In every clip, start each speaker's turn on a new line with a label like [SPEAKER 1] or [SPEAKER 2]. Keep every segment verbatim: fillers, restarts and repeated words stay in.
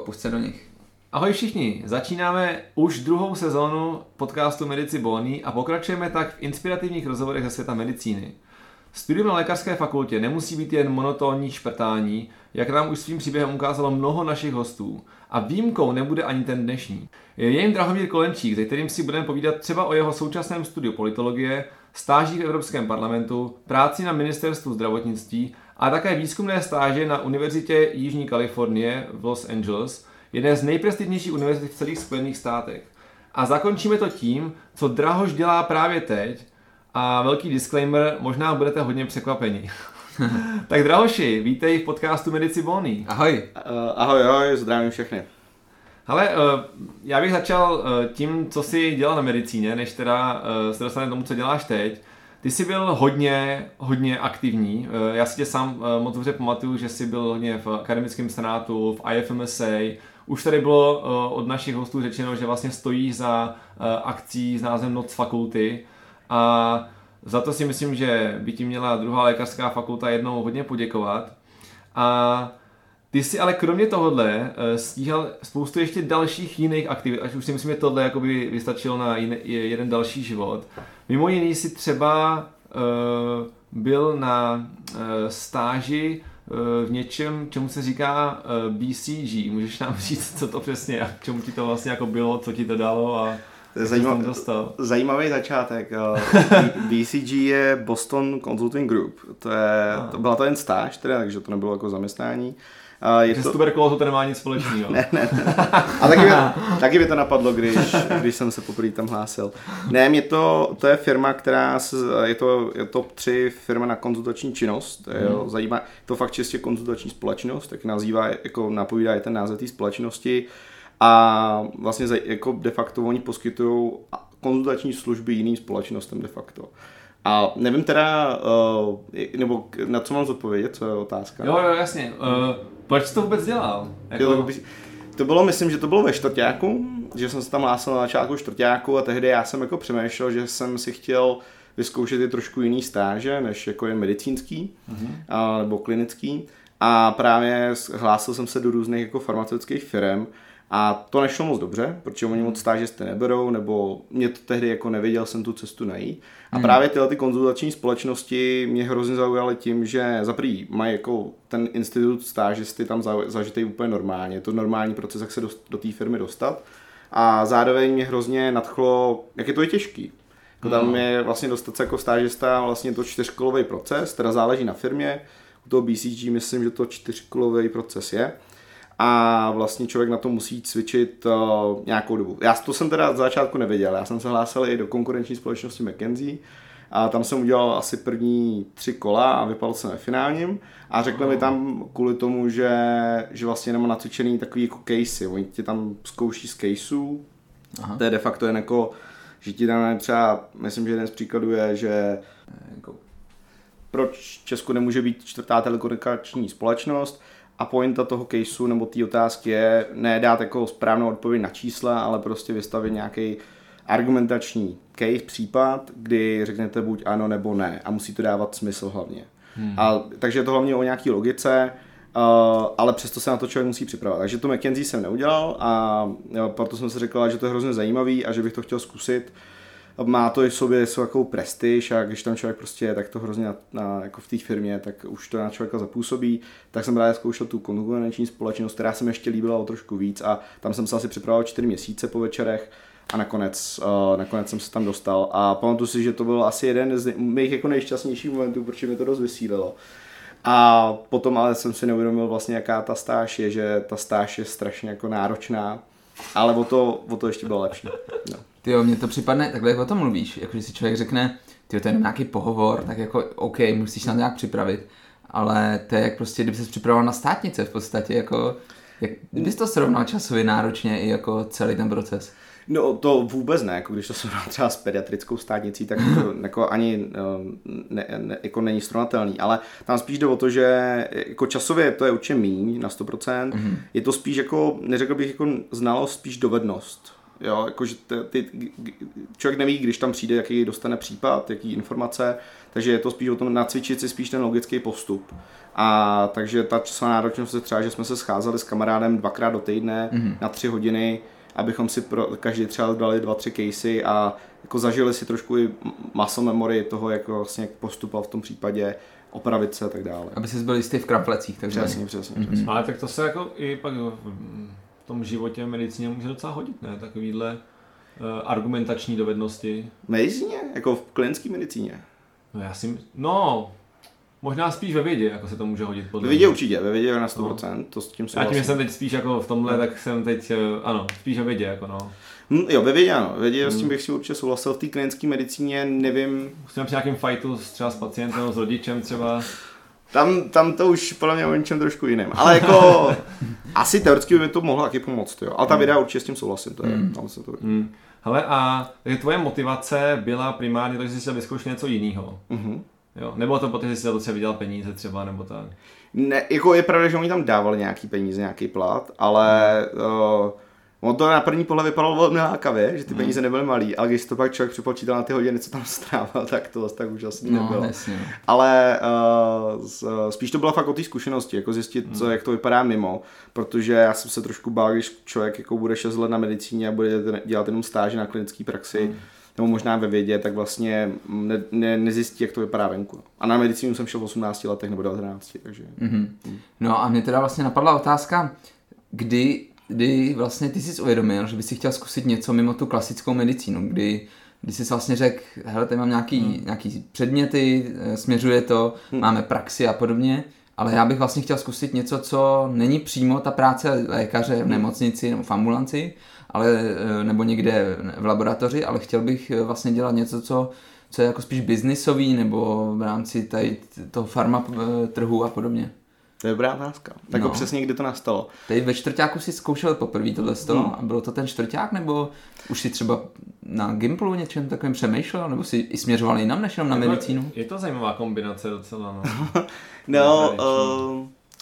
[SPEAKER 1] pusť se do nich.
[SPEAKER 2] Ahoj všichni, začínáme už druhou sezónu podcastu Medici Bony a pokračujeme tak v inspirativních rozhovorech ze světa medicíny. Studium na lékařské fakultě nemusí být jen monotónní šprtání, jak nám už svým příběhem ukázalo mnoho našich hostů. A výjimkou nebude ani ten dnešní. Je jim Drahomír Kolenčík, se kterým si budeme povídat třeba o jeho současném studiu politologie, stážích v Evropském parlamentu, práci na ministerstvu zdravotnictví a také výzkumné stáže na Univerzitě Jižní Kalifornie v Los Angeles, jedné z nejprestižnějších univerzit v celých Spojených státech. A zakončíme to tím, co Drahoš dělá právě teď, a velký disclaimer, možná budete hodně překvapeni. Tak Drahoši, vítej v podcastu Medici Bony.
[SPEAKER 1] Ahoj.
[SPEAKER 3] Uh, ahoj, ahoj, zdravím všechny.
[SPEAKER 2] Hele, já bych začal tím, co jsi dělal na medicíně, než teda se dostaneme tomu, co děláš teď. Ty jsi byl hodně, hodně aktivní. Já si tě sám moc dobře pamatuju, že jsi byl hodně v akademickém senátu, v I F M S A. Už tady bylo od našich hostů řečeno, že vlastně stojíš za akcí s názvem Noc fakulty. A za to si myslím, že by ti měla druhá lékařská fakulta jednou hodně poděkovat. A ty jsi ale kromě tohohle stíhal spoustu ještě dalších jiných aktivit, až už si myslím, že tohle jakoby vystačilo na jiný, jeden další život. Mimo jiný jsi třeba uh, byl na uh, stáži uh, v něčem, čemu se říká uh, B C G. Můžeš nám říct, co to přesně je, k čemu ti to vlastně jako bylo, co ti to dalo a
[SPEAKER 3] to je zajímav, zajímavý začátek. B C G je Boston Consulting Group. To, je, to byla to jen stáž, teda, takže to nebylo jako zaměstnání.
[SPEAKER 2] Je to... S tuberkulózou to nemá nic společného.
[SPEAKER 3] ne, ne, ne. A taky by, taky by to napadlo, když, když jsem se poprvé tam hlásil. Ne, mě to, to je firma, která se, je to je top tři firma na konzultační činnost. Jo, hmm. Zajímá, to fakt čistě konzultační společnost, tak nazývá, jako napovídá je ten název té společnosti. A vlastně jako de facto oni poskytují konzultační služby jiným společnostem de facto. A nevím teda, uh, nebo na co mám zodpovědět, co je otázka?
[SPEAKER 2] Jo, jo, jasně. Uh, proč jsi to vůbec dělal? Jako...
[SPEAKER 3] Jo, to bylo, myslím, že to bylo ve čtvrťáku, že jsem se tam hlásil na začátku čtvrťáku a tehdy já jsem jako přemýšlel, že jsem si chtěl vyzkoušet i trošku jiný stáže, než jako je medicínský, uh-huh. a, nebo klinický. A právě hlásil jsem se do různých jako farmaceutických firm. A to nešlo moc dobře, protože oni moc stážisty neberou, nebo mě to tehdy jako nevěděl jsem tu cestu najít. A hmm. právě tyhle ty konzultační společnosti mě hrozně zaujaly tím, že za prý mají jako ten institut stážisty tam zažitý úplně normálně. Je to normální proces, jak se do, do té firmy dostat. A zároveň mě hrozně nadchlo, jak je to je těžký. Hmm. Tam je vlastně dostat se jako stážista vlastně to čtyřkolový proces, teda záleží na firmě. U toho B C G myslím, že to čtyřkolový proces je. A vlastně člověk na to musí cvičit uh, nějakou dobu. Já to jsem teda z začátku nevěděl, já jsem se hlásil i do konkurenční společnosti McKinsey a tam jsem udělal asi první tři kola a vypadl jsem ve finálním a řekli mi tam kvůli tomu, že, že vlastně nemám nacvičený takový jako casey, oni tě tam zkouší z caseů, to je de facto jen jako, že ti tam třeba, myslím, že jeden z příkladů je, že jako, proč Česku nemůže být čtvrtá telekomunikační společnost. A pointa toho caseu nebo té otázky je ne dát jako správnou odpověď na čísla, ale prostě vystavit nějaký argumentační case, případ, kdy řeknete buď ano nebo ne a musí to dávat smysl hlavně. Hmm. A, takže je to hlavně o nějaký logice, uh, ale přesto se na to člověk musí připravovat. Takže to McKinsey jsem neudělal a jo, proto jsem si řekla, že to je hrozně zajímavý a že bych to chtěl zkusit. Má to i v sobě takovou prestiž a když tam člověk prostě je, tak to hrozně na, na, jako v té firmě, tak už to na člověka zapůsobí. Tak jsem právě zkoušel tu konkurenční společnost, která se mi ještě líbila o trošku víc a tam jsem se asi připravoval čtyři měsíce po večerech a nakonec, uh, nakonec jsem se tam dostal a pamatuju si, že to byl asi jeden z mých jako nejšťastnějších momentů, protože mi to dost vysílilo. A potom ale jsem si neuvědomil vlastně, jaká ta stáž je, že ta stáž je strašně jako náročná, ale o to, o to ještě bylo lepší. No.
[SPEAKER 1] Tyjo, mně to připadne, takhle jak o tom mluvíš, jako když si člověk řekne, tyjo, to je nějaký pohovor, tak jako OK, musíš na to nějak připravit, ale to je jak prostě, kdyby ses připravoval na státnice v podstatě, jako, jak, kdybys to srovnal časově náročně i jako celý ten proces.
[SPEAKER 3] No to vůbec ne, jako když to srovnal třeba s pediatrickou státnicí, tak to jako ani ne, ne, jako není srovnatelný, ale tam spíš jde o to, že jako časově to je určitě míň na sto procent, mm-hmm. Je to spíš jako, neřekl bych jako znalost, spíš dovednost. Jo, jakože ty, ty, člověk neví, když tam přijde, jaký dostane případ, jaký informace, takže je to spíš o tom nacvičit si spíš ten logický postup. A takže ta časová náročnost je třeba, že jsme se scházeli s kamarádem dvakrát do týdne mm-hmm. na tři hodiny, abychom si pro každý třeba dali dva, tři casey a jako zažili si trošku i muscle memory toho, jak vlastně postupovat v tom případě, opravit se a tak dále.
[SPEAKER 1] Aby si byl jistý v kraplecích. Takže
[SPEAKER 3] přesně, přesně, mm-hmm. přesně.
[SPEAKER 2] Ale tak to se jako i pak v tom životě v medicíně může docela hodit, ne? Takovýhle uh, argumentační dovednosti.
[SPEAKER 3] Medicíně? Jako v klinické medicíně?
[SPEAKER 2] No já si, no, možná spíš ve vědě, jako se to může hodit.
[SPEAKER 3] Ve vědě určitě, ve vědě na sto procent, no. To s tím souhlasím.
[SPEAKER 2] Já tím, že jsem teď spíš jako v tomhle, no. tak jsem teď, ano, spíš ve vědě, jako no.
[SPEAKER 3] Hm, jo, ve vědě ano, ve vědě hmm. s tím bych si určitě souhlasil, v té klinické medicíně nevím.
[SPEAKER 2] Musím při nějakým fightu třeba s pacientem, s rodičem třeba.
[SPEAKER 3] Tam, tam to už podle mě o něčem trošku jiném, ale jako asi teoreticky by to mohlo taky pomoct, jo. Ale ta věda určitě s tím souhlasím, to je, hmm. tam se to
[SPEAKER 2] hmm. Hele, a takže tvoje motivace byla primárně to, že jsi chtěl vyzkoušet něco jiného. Mm-hmm. Jo, nebo to protože jsi chtěl třeba vydělat peníze třeba, nebo tak?
[SPEAKER 3] Ne, jako je pravda, že oni tam dávali nějaký peníze, nějaký plat, ale uh, on to na první pohled vypadalo velmi lákavě, že ty peníze nebyly malý, ale když to pak člověk připočítal na ty hodiny, co tam strávil, tak to tak úžasný
[SPEAKER 1] no,
[SPEAKER 3] nebylo.
[SPEAKER 1] Nesmě.
[SPEAKER 3] Ale uh, spíš to byla fakt o té zkušenosti, jako zjistit, hmm. co, jak to vypadá mimo, protože já jsem se trošku bál, když člověk jako bude šest let na medicíně a bude dělat jenom stáže na klinické praxi, hmm. nebo možná ve vědě, tak vlastně ne, ne, nezjistí, jak to vypadá venku. A na medicínu jsem šel v osmnácti letech nebo devatenácti, takže...
[SPEAKER 1] Mm-hmm. No a mě teda vlastně napadla otázka, kdy, kdy vlastně ty jsi uvědomil, že bys si chtěl zkusit něco mimo tu klasickou medicínu, kdy, kdy jsi vlastně řekl, hele, tady mám nějaký, hmm. nějaký předměty, směřuje to, hmm. máme praxi a podobně, ale já bych vlastně chtěl zkusit něco, co není přímo ta práce lékaře v nemocnici nebo v ambulanci, ale, nebo někde v laboratoři, ale chtěl bych vlastně dělat něco, co, co je jako spíš biznisový nebo v rámci tady toho farma trhu a podobně.
[SPEAKER 3] To je dobrá otázka. Tak no. Přesně kdy to nastalo.
[SPEAKER 1] Tady ve čtvrťáku si zkoušel poprvé tohle hmm. a bylo to ten čtvrťák, nebo už si třeba na Gimplu něčem takovým přemýšlel, nebo si i směřoval jinam než jenom na
[SPEAKER 2] je
[SPEAKER 1] medicínu?
[SPEAKER 2] To, je to zajímavá kombinace docela, no.
[SPEAKER 3] no, uh,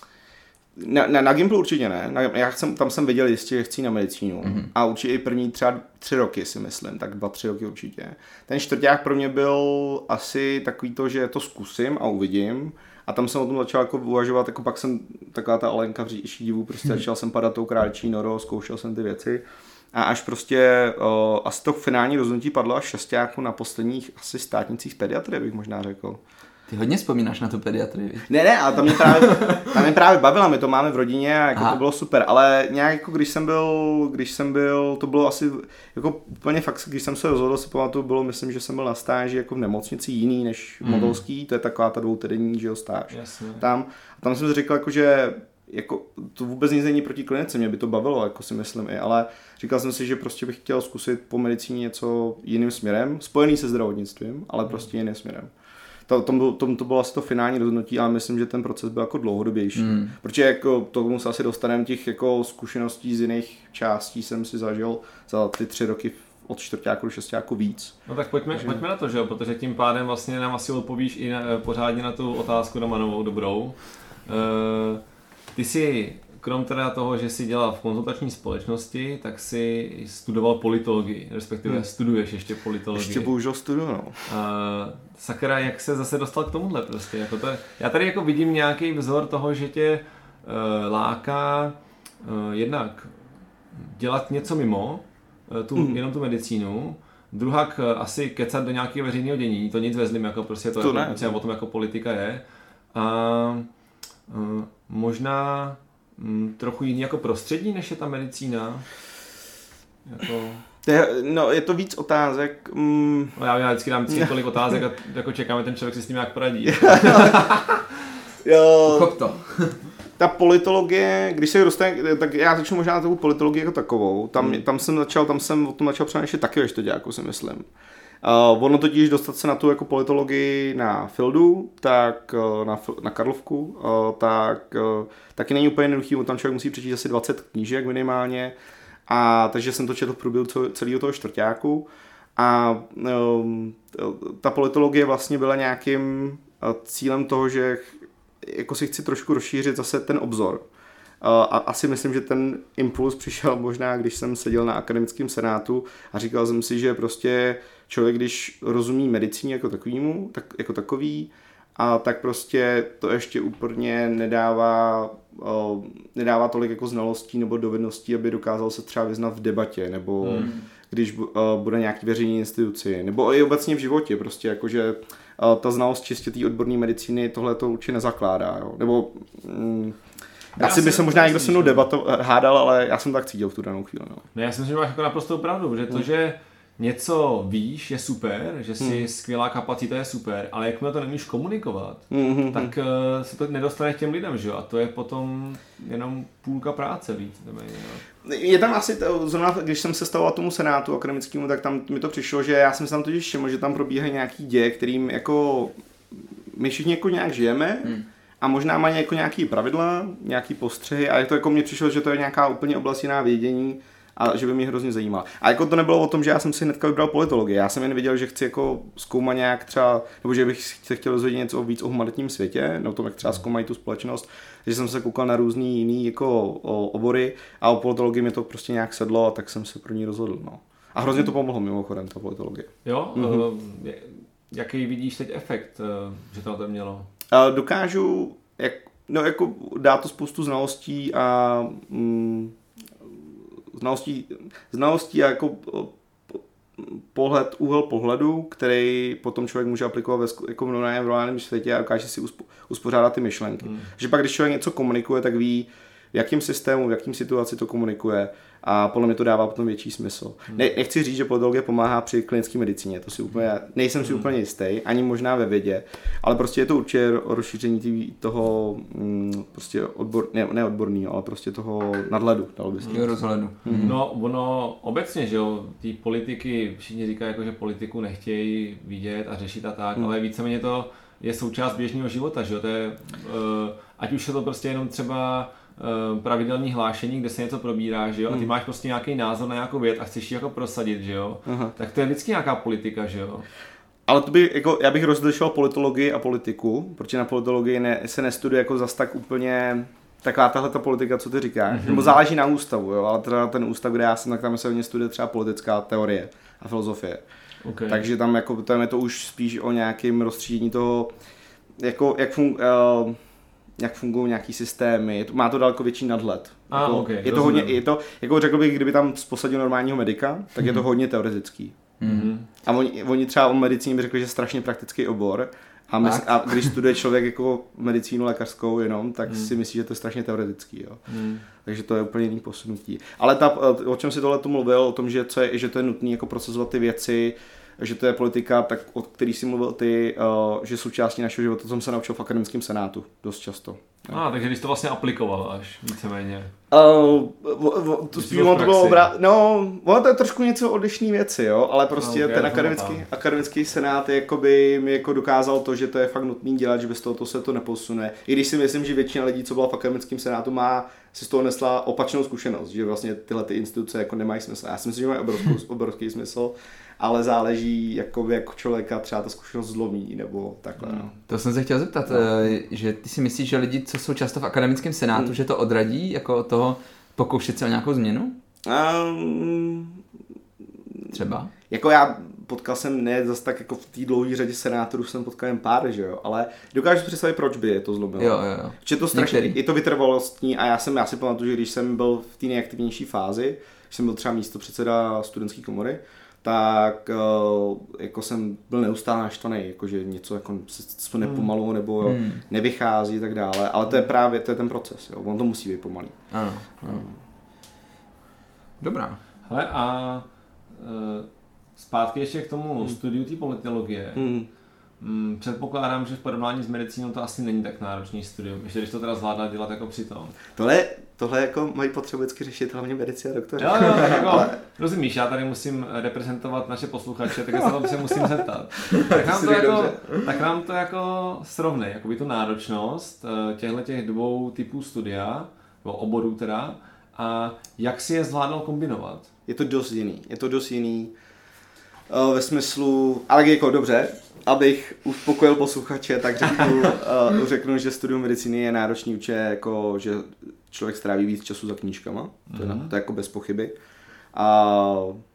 [SPEAKER 3] na, na, na Gimplu určitě ne. Na, já jsem, tam jsem viděl jistě, že chci na medicínu. Mm-hmm. A určitě i první třeba tři roky si myslím, tak dva, tři roky určitě. Ten čtvrťák pro mě byl asi takový to, že to zkusím a uvidím. A tam jsem o tom začal jako uvažovat, jako pak jsem taková ta Alenka v říši divu, prostě hmm. začal jsem padat tou králičí noro, zkoušel jsem ty věci. A až prostě o, asi to finální rozhodnutí padlo až šestáku na posledních asi státnicích pediatrie, bych možná řekl.
[SPEAKER 1] Ty hodně vzpomínáš na tu pediatrii.
[SPEAKER 3] Ne, ne, ale tam mě právě, tam mě právě bavila, my to máme v rodině a jako to bylo super, ale nějak jako když jsem byl, když jsem byl, to bylo asi jako úplně fakt, když jsem se rozhodl, si pamatuju, bylo, myslím, že jsem byl na stáži jako v nemocnici jiný než mm. Modolský, to je taková ta dvoutýdenní, že jo, stáž.
[SPEAKER 2] Jasně.
[SPEAKER 3] Tam, a tam jsem si řekl, jako, že jako, to vůbec nic není proti klinice, mě by to bavilo, jako si myslím i, ale říkal jsem si, že prostě bych chtěl zkusit po medicíně něco jiným směrem, spojený se zdravotnictvím, ale prostě jiným směrem. To, to, to, to bylo asi to finální rozhodnutí, ale myslím, že ten proces byl jako dlouhodobější. Mm. Protože jako tomu se asi dostaneme těch jako zkušeností z jiných částí jsem si zažil za ty tři roky od čtvrťáku do šestáku víc.
[SPEAKER 2] No tak pojďme, Takže... pojďme na to, že jo, protože tím pádem vlastně nám asi odpovíš i na, pořádně na tu otázku Romanovou dobrou. Uh, ty si krom teda toho, že jsi dělal v konzultační společnosti, tak si studoval politologii, respektive hmm. studuješ ještě politologii.
[SPEAKER 3] Ještě bohužel studuju, no.
[SPEAKER 2] Uh, sakra, jak se zase dostal k tomuhle prostě? Jako to, já tady jako vidím nějaký vzor toho, že tě uh, láká uh, jednak dělat něco mimo, uh, tu, hmm. jenom tu medicínu, druhak uh, asi kecat do nějakého veřejného dění, to nic vezlim, jako prostě to, to jako, o tom jako politika je. A uh, možná Mm, trochu jiný jako prostředí, než je ta medicína? Jako...
[SPEAKER 3] Je, no, je to víc otázek. Mm.
[SPEAKER 2] No, já, já vždycky dám několik otázek a jako čekáme, ten člověk si s tím jak poradí.
[SPEAKER 3] Jo.
[SPEAKER 1] Chop to.
[SPEAKER 3] Ta politologie, když se dostane, tak já začnu možná na tu politologii jako takovou. Tam, hmm. tam jsem začal, tam jsem o tom začal přemýšlet taky ve štuďáku, si myslím. Uh, ono totiž dostat se na tu jako politologii na Fildu, tak uh, na, na Karlovku, uh, tak uh, taky není úplně jednoduchý, tam člověk musí přečíst asi dvacet knížek minimálně, a takže jsem to četl v průběhu celého toho čtvrťáku a um, ta politologie vlastně byla nějakým uh, cílem toho, že jako si chci trošku rozšířit zase ten obzor. a asi myslím, že ten impuls přišel možná, když jsem seděl na akademickém senátu a říkal jsem si, že prostě člověk, když rozumí medicíně jako takovýmu, tak, jako takový, a tak prostě to ještě úplně nedává, uh, nedává tolik jako znalostí nebo dovedností, aby dokázal se třeba vyznat v debatě, nebo hmm. když uh, bude nějaký veřejný instituci, nebo i obecně v životě, prostě jakože uh, ta znalost čistě té odborné medicíny tohle to určitě nezakládá, jo. Nebo mm, já si myslím, možná někdo se mnou debato, hádal, ale já jsem tak cítil v tu danou chvíli. No.
[SPEAKER 2] No já si myslím, že máš jako naprostou pravdu, že to, hmm. že něco víš, je super, že jsi hmm. skvělá kapacita, je super, ale jakmile to nemíš komunikovat, hmm. tak uh, se to nedostane k těm lidem, že jo? A to je potom jenom půlka práce víc.
[SPEAKER 3] Je tam asi, to, zrovna když jsem se stavoval tomu senátu akademickému, tak tam mi to přišlo, že já jsem se tam totiž všiml, že tam probíhají nějaký děje, kterým jako my všichni jako nějak žijeme, hmm. a možná mají jako nějaký pravidla, nějaký postřehy a je to jako mně přišlo, že to je nějaká úplně oblast jiná vědění a že by mě hrozně zajímalo. A jako to nebylo o tom, že já jsem si hnedka vybral politologii, já jsem jen věděl, že chci jako zkoumat nějak třeba, nebo že bych se chtěl dozvědět něco víc o humanitním světě, no o tom, jak třeba zkoumají tu společnost, že jsem se koukal na různý jiný jako obory a o politologii mi to prostě nějak sedlo a tak jsem se pro ní rozhodl, no. A hrozně to pomohlo mimochodem, ta politologie.
[SPEAKER 2] Jo? Mm-hmm. Uh, jaký vidíš teď efekt, uh, že to na to mělo?
[SPEAKER 3] Uh, dokážu, jak, no jako dá to spoustu znalostí a mm, znalostí, znalostí a jako pohled, úhel pohledu, který potom člověk může aplikovat ve, jako v normálním světě a dokáže si uspo, uspořádat ty myšlenky. Hmm. Že pak, když člověk něco komunikuje, tak ví, v jakém systému, v jakém situaci to komunikuje a podle mě to dává potom větší smysl. Hmm. Ne, nechci říct, že politologie pomáhá při klinické medicíně, to si úplně, nejsem si hmm. úplně jistý, ani možná ve vědě, ale prostě je to určitě rozšíření tý, toho mm, prostě odbor, ne, ne odborného, ale prostě toho nadhledu, dalo by se
[SPEAKER 1] říct. rozhledu.
[SPEAKER 2] Hmm. No, ono obecně, že jo, ty politiky, všichni říkají, jako, že politiku nechtějí vidět a řešit a tak, hmm. ale víceméně to je součást běžného života, že jo, to je, uh, ať už je to prostě jenom třeba pravidelný hlášení, kde se něco probírá, že jo, a ty máš prostě nějaký názor na nějakou věc a chceš ji jako prosadit, že jo, aha. tak to je vždycky nějaká politika, že jo.
[SPEAKER 3] Ale to by, jako, já bych rozlišoval politologii a politiku, protože na politologii ne, se nestuduje jako zas tak úplně taková tahle ta politika, co ty říkáš, mm-hmm. nebo záleží na ústavu, jo, ale teda ten ústav, kde já jsem, tak tam se hodně studuje třeba politická teorie a filozofie. Okay. Takže tam jako, tam je to už spíš o nějakém rozstřídění toho, jako, jak funguje, uh, jak fungují nějaký systémy, má to daleko větší nadhled.
[SPEAKER 2] Ah,
[SPEAKER 3] jako,
[SPEAKER 2] okay,
[SPEAKER 3] je to hodně, je to, jako řekl bych, kdyby tam posadil normálního medika, tak mm-hmm. je to hodně teoretický. Mm-hmm. A oni, oni třeba o medicíně by řekli, že je strašně praktický obor a, my, a když studuje člověk jako medicínu lékařskou jenom, tak mm. si myslí, že to je strašně teoretický. Jo. Mm. Takže to je úplně jiný posunutí. Ale ta, o čem si tohle tu mluvil, o tom, že, co je, že to je nutné jako procesovat ty věci, že to je politika, tak o který jsi mluvil ty, uh, že součástí našeho života, to jsem se naučil v akademickém senátu dost často.
[SPEAKER 2] A, ah, takže když to vlastně aplikoval až víceméně.
[SPEAKER 3] Uh, to spíš to bylo obrá... No, ono to je trošku něco odlišné věci, jo, ale prostě no, okay, ten akademický, akademický senát jakoby mi jako dokázal to, že to je fakt nutný dělat, že bez toho to se to neposune. I když si myslím, že většina lidí, co byla v akademickém senátu, má si z toho nesla opačnou zkušenost, že vlastně tyhle ty instituce jako nemají smysl. Já si myslím, že mají obrovský, obrovský smysl, ale záleží, jako jak člověka třeba ta zkušenost zlomí, nebo takhle. No.
[SPEAKER 1] To jsem se chtěl zeptat, no. že ty si myslíš, že lidi, co jsou často v akademickém senátu, hmm. že to odradí jako od toho pokoušet se o nějakou změnu? Um, Třeba?
[SPEAKER 3] Jako já potkal jsem, ne zase tak jako v té dlouhé řadě senátorů jsem potkal jen pár, že jo, ale dokážu si představit, proč by je to zlomilo.
[SPEAKER 1] Jo, jo, jo.
[SPEAKER 3] Je to strašně, je to vytrvalostní a já jsem, já si pamatuju, že když jsem byl v té nejaktivnější fázi, když jsem byl třeba místopředseda studentské komory, tak uh, jako jsem byl neustále naštvaný, jakože něco jako se nepomalu nebo jo, hmm. nevychází a tak dále, ale to je právě to je ten proces, jo, on to musí být pomalý.
[SPEAKER 1] Ano, ano. Dobrá.
[SPEAKER 2] Hele a uh, zpátky ještě k tomu hmm. studiu té politologie. Hmm. Hmm, předpokládám, že v porovnání s medicínou to asi není tak náročný studium, ještě když to teda zvládá dělat jako přitom.
[SPEAKER 3] Tohle, tohle jako mají potřebu vždycky řešit hlavně medici a doktoři.
[SPEAKER 2] Jo, jo, jako, ale... rozumíš, já tady musím reprezentovat naše posluchače, tak se to se musím zeptat. Tak nám to jako, tak nám to jako srovnej, jakoby tu náročnost těchto těch dvou typů studia, nebo oborů teda, a jak si je zvládnul kombinovat?
[SPEAKER 3] Je to dost jiný, je to dost jiný. Ve smyslu, ale jako dobře, abych uspokojil posluchače, tak řeknu, uh, řeknu, že studium medicíny je náročný určitě, jako, že člověk stráví víc času za knížkama, to je, mm. to je jako bez pochyby. A,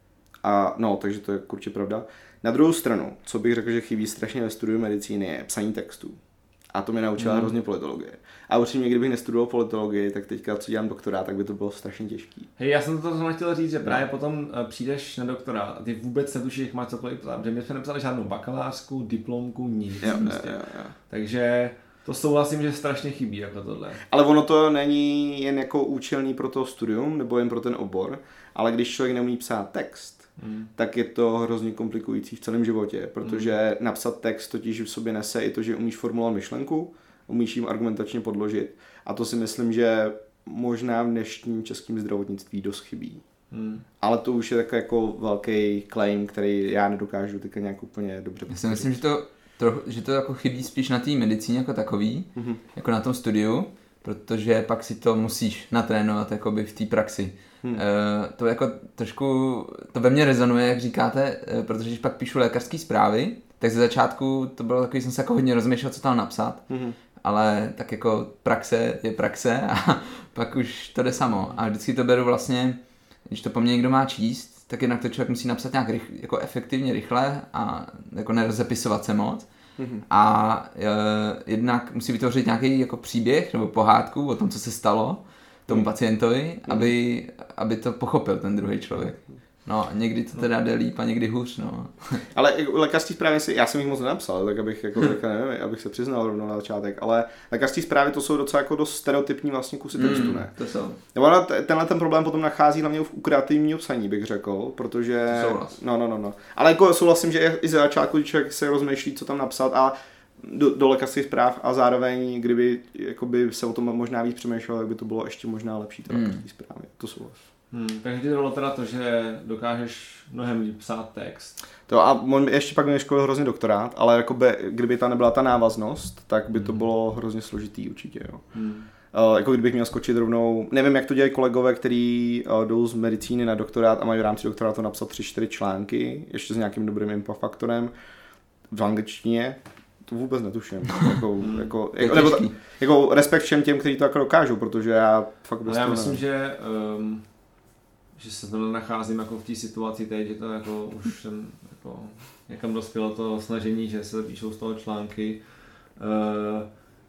[SPEAKER 3] a no, takže to je určitě pravda. Na druhou stranu, co bych řekl, že chybí strašně ve studiu medicíny, je psaní textů. A to mě naučila mm. hrozně politologie. A určitě, kdybych nestudoval politologii, tak teďka, co dělám doktorát, tak by to bylo strašně těžký.
[SPEAKER 2] Hej, já jsem to zrovna chtěl říct, že právě potom uh, přijdeš na doktorát a ty vůbec netušíš, jak máš cokoliv psát, protože my jsme nepsali žádnou bakalářku, diplomku, nic.
[SPEAKER 3] Jo,
[SPEAKER 2] prostě.
[SPEAKER 3] jo, jo, jo.
[SPEAKER 2] Takže to souhlasím, že strašně chybí jako tohle.
[SPEAKER 3] Ale ono to není jen jako účelný pro to studium, nebo jen pro ten obor, ale když člověk neumí psát text, Hmm. tak je to hrozně komplikující v celém životě, protože hmm. napsat text totiž v sobě nese i to, že umíš formulovat myšlenku, umíš jim argumentačně podložit a to si myslím, že možná v dnešním českém zdravotnictví dost chybí. Hmm. Ale to už je takový jako velký claim, který já nedokážu teďka nějak úplně dobře
[SPEAKER 1] Já si myslím, že to, trochu, že to jako chybí spíš na té medicíně jako takový, hmm. jako na tom studiu, protože pak si to musíš natrénovat jakoby v té praxi. Hmm. Uh, to jako trošku, to ve mně rezonuje, jak říkáte, uh, protože když pak píšu lékařské zprávy, tak ze začátku to bylo takový, jsem se jako hodně rozmýšlel, co tam napsat, hmm. ale tak jako praxe je praxe a pak už to jde samo. A vždycky to beru vlastně, když to po mně někdo má číst, tak jednak to člověk musí napsat nějak rych, jako efektivně, rychle a jako nerozepisovat se moc. Hmm. A uh, jednak musí vytvořit nějaký jako příběh nebo pohádku o tom, co se stalo tomu pacientovi, aby, aby to pochopil ten druhý člověk. No, někdy to teda jde líp a někdy hůř, no.
[SPEAKER 3] Ale lékařské zprávy, si, já jsem jich moc nenapsal, tak abych, jako, tak nevím, abych se přiznal rovnou na začátek, ale lékařské zprávy to jsou docela jako dost stereotypní vlastně kusy textu,
[SPEAKER 1] mm,
[SPEAKER 3] ne?
[SPEAKER 1] To jsou.
[SPEAKER 3] Nebo tenhle ten problém potom nachází hlavně u kreativního psaní, bych řekl, protože... No, no, no, no. Ale jako souhlasím, že i za začátku, když člověk se rozmýšlí, co tam napsat a do, do lékařských zpráv a zároveň, kdyby jakoby se o tom možná víc přemýšlel, tak by to bylo ještě možná lepší ty lékařské zprávy. To souhlas.
[SPEAKER 2] Hmm, takže ti dalo teda to, že dokážeš mnohem líp psát text.
[SPEAKER 3] To a on ještě pak mě školil hrozně doktorát, ale jakoby, kdyby ta nebyla ta návaznost, tak by to hmm. bylo hrozně složitý určitě. Jo. Hmm. Uh, jako kdybych měl skočit rovnou, nevím, jak to dělají kolegové, kteří uh, jdou z medicíny na doktorát a mají v rámci doktorátu napsat tři čtyři články, ještě s nějakým dobrým impact faktorem v angličtině. To vůbec netuším. Jako, jako, jako, nebo, jako respekt všem těm, kteří to jako dokážou, protože já fakt
[SPEAKER 2] dost. Já myslím, že, um, že se tam nacházím jako v té situaci teď, že to jako už jsem jako někam dospělo to snažení, že se píšou z toho články. Uh,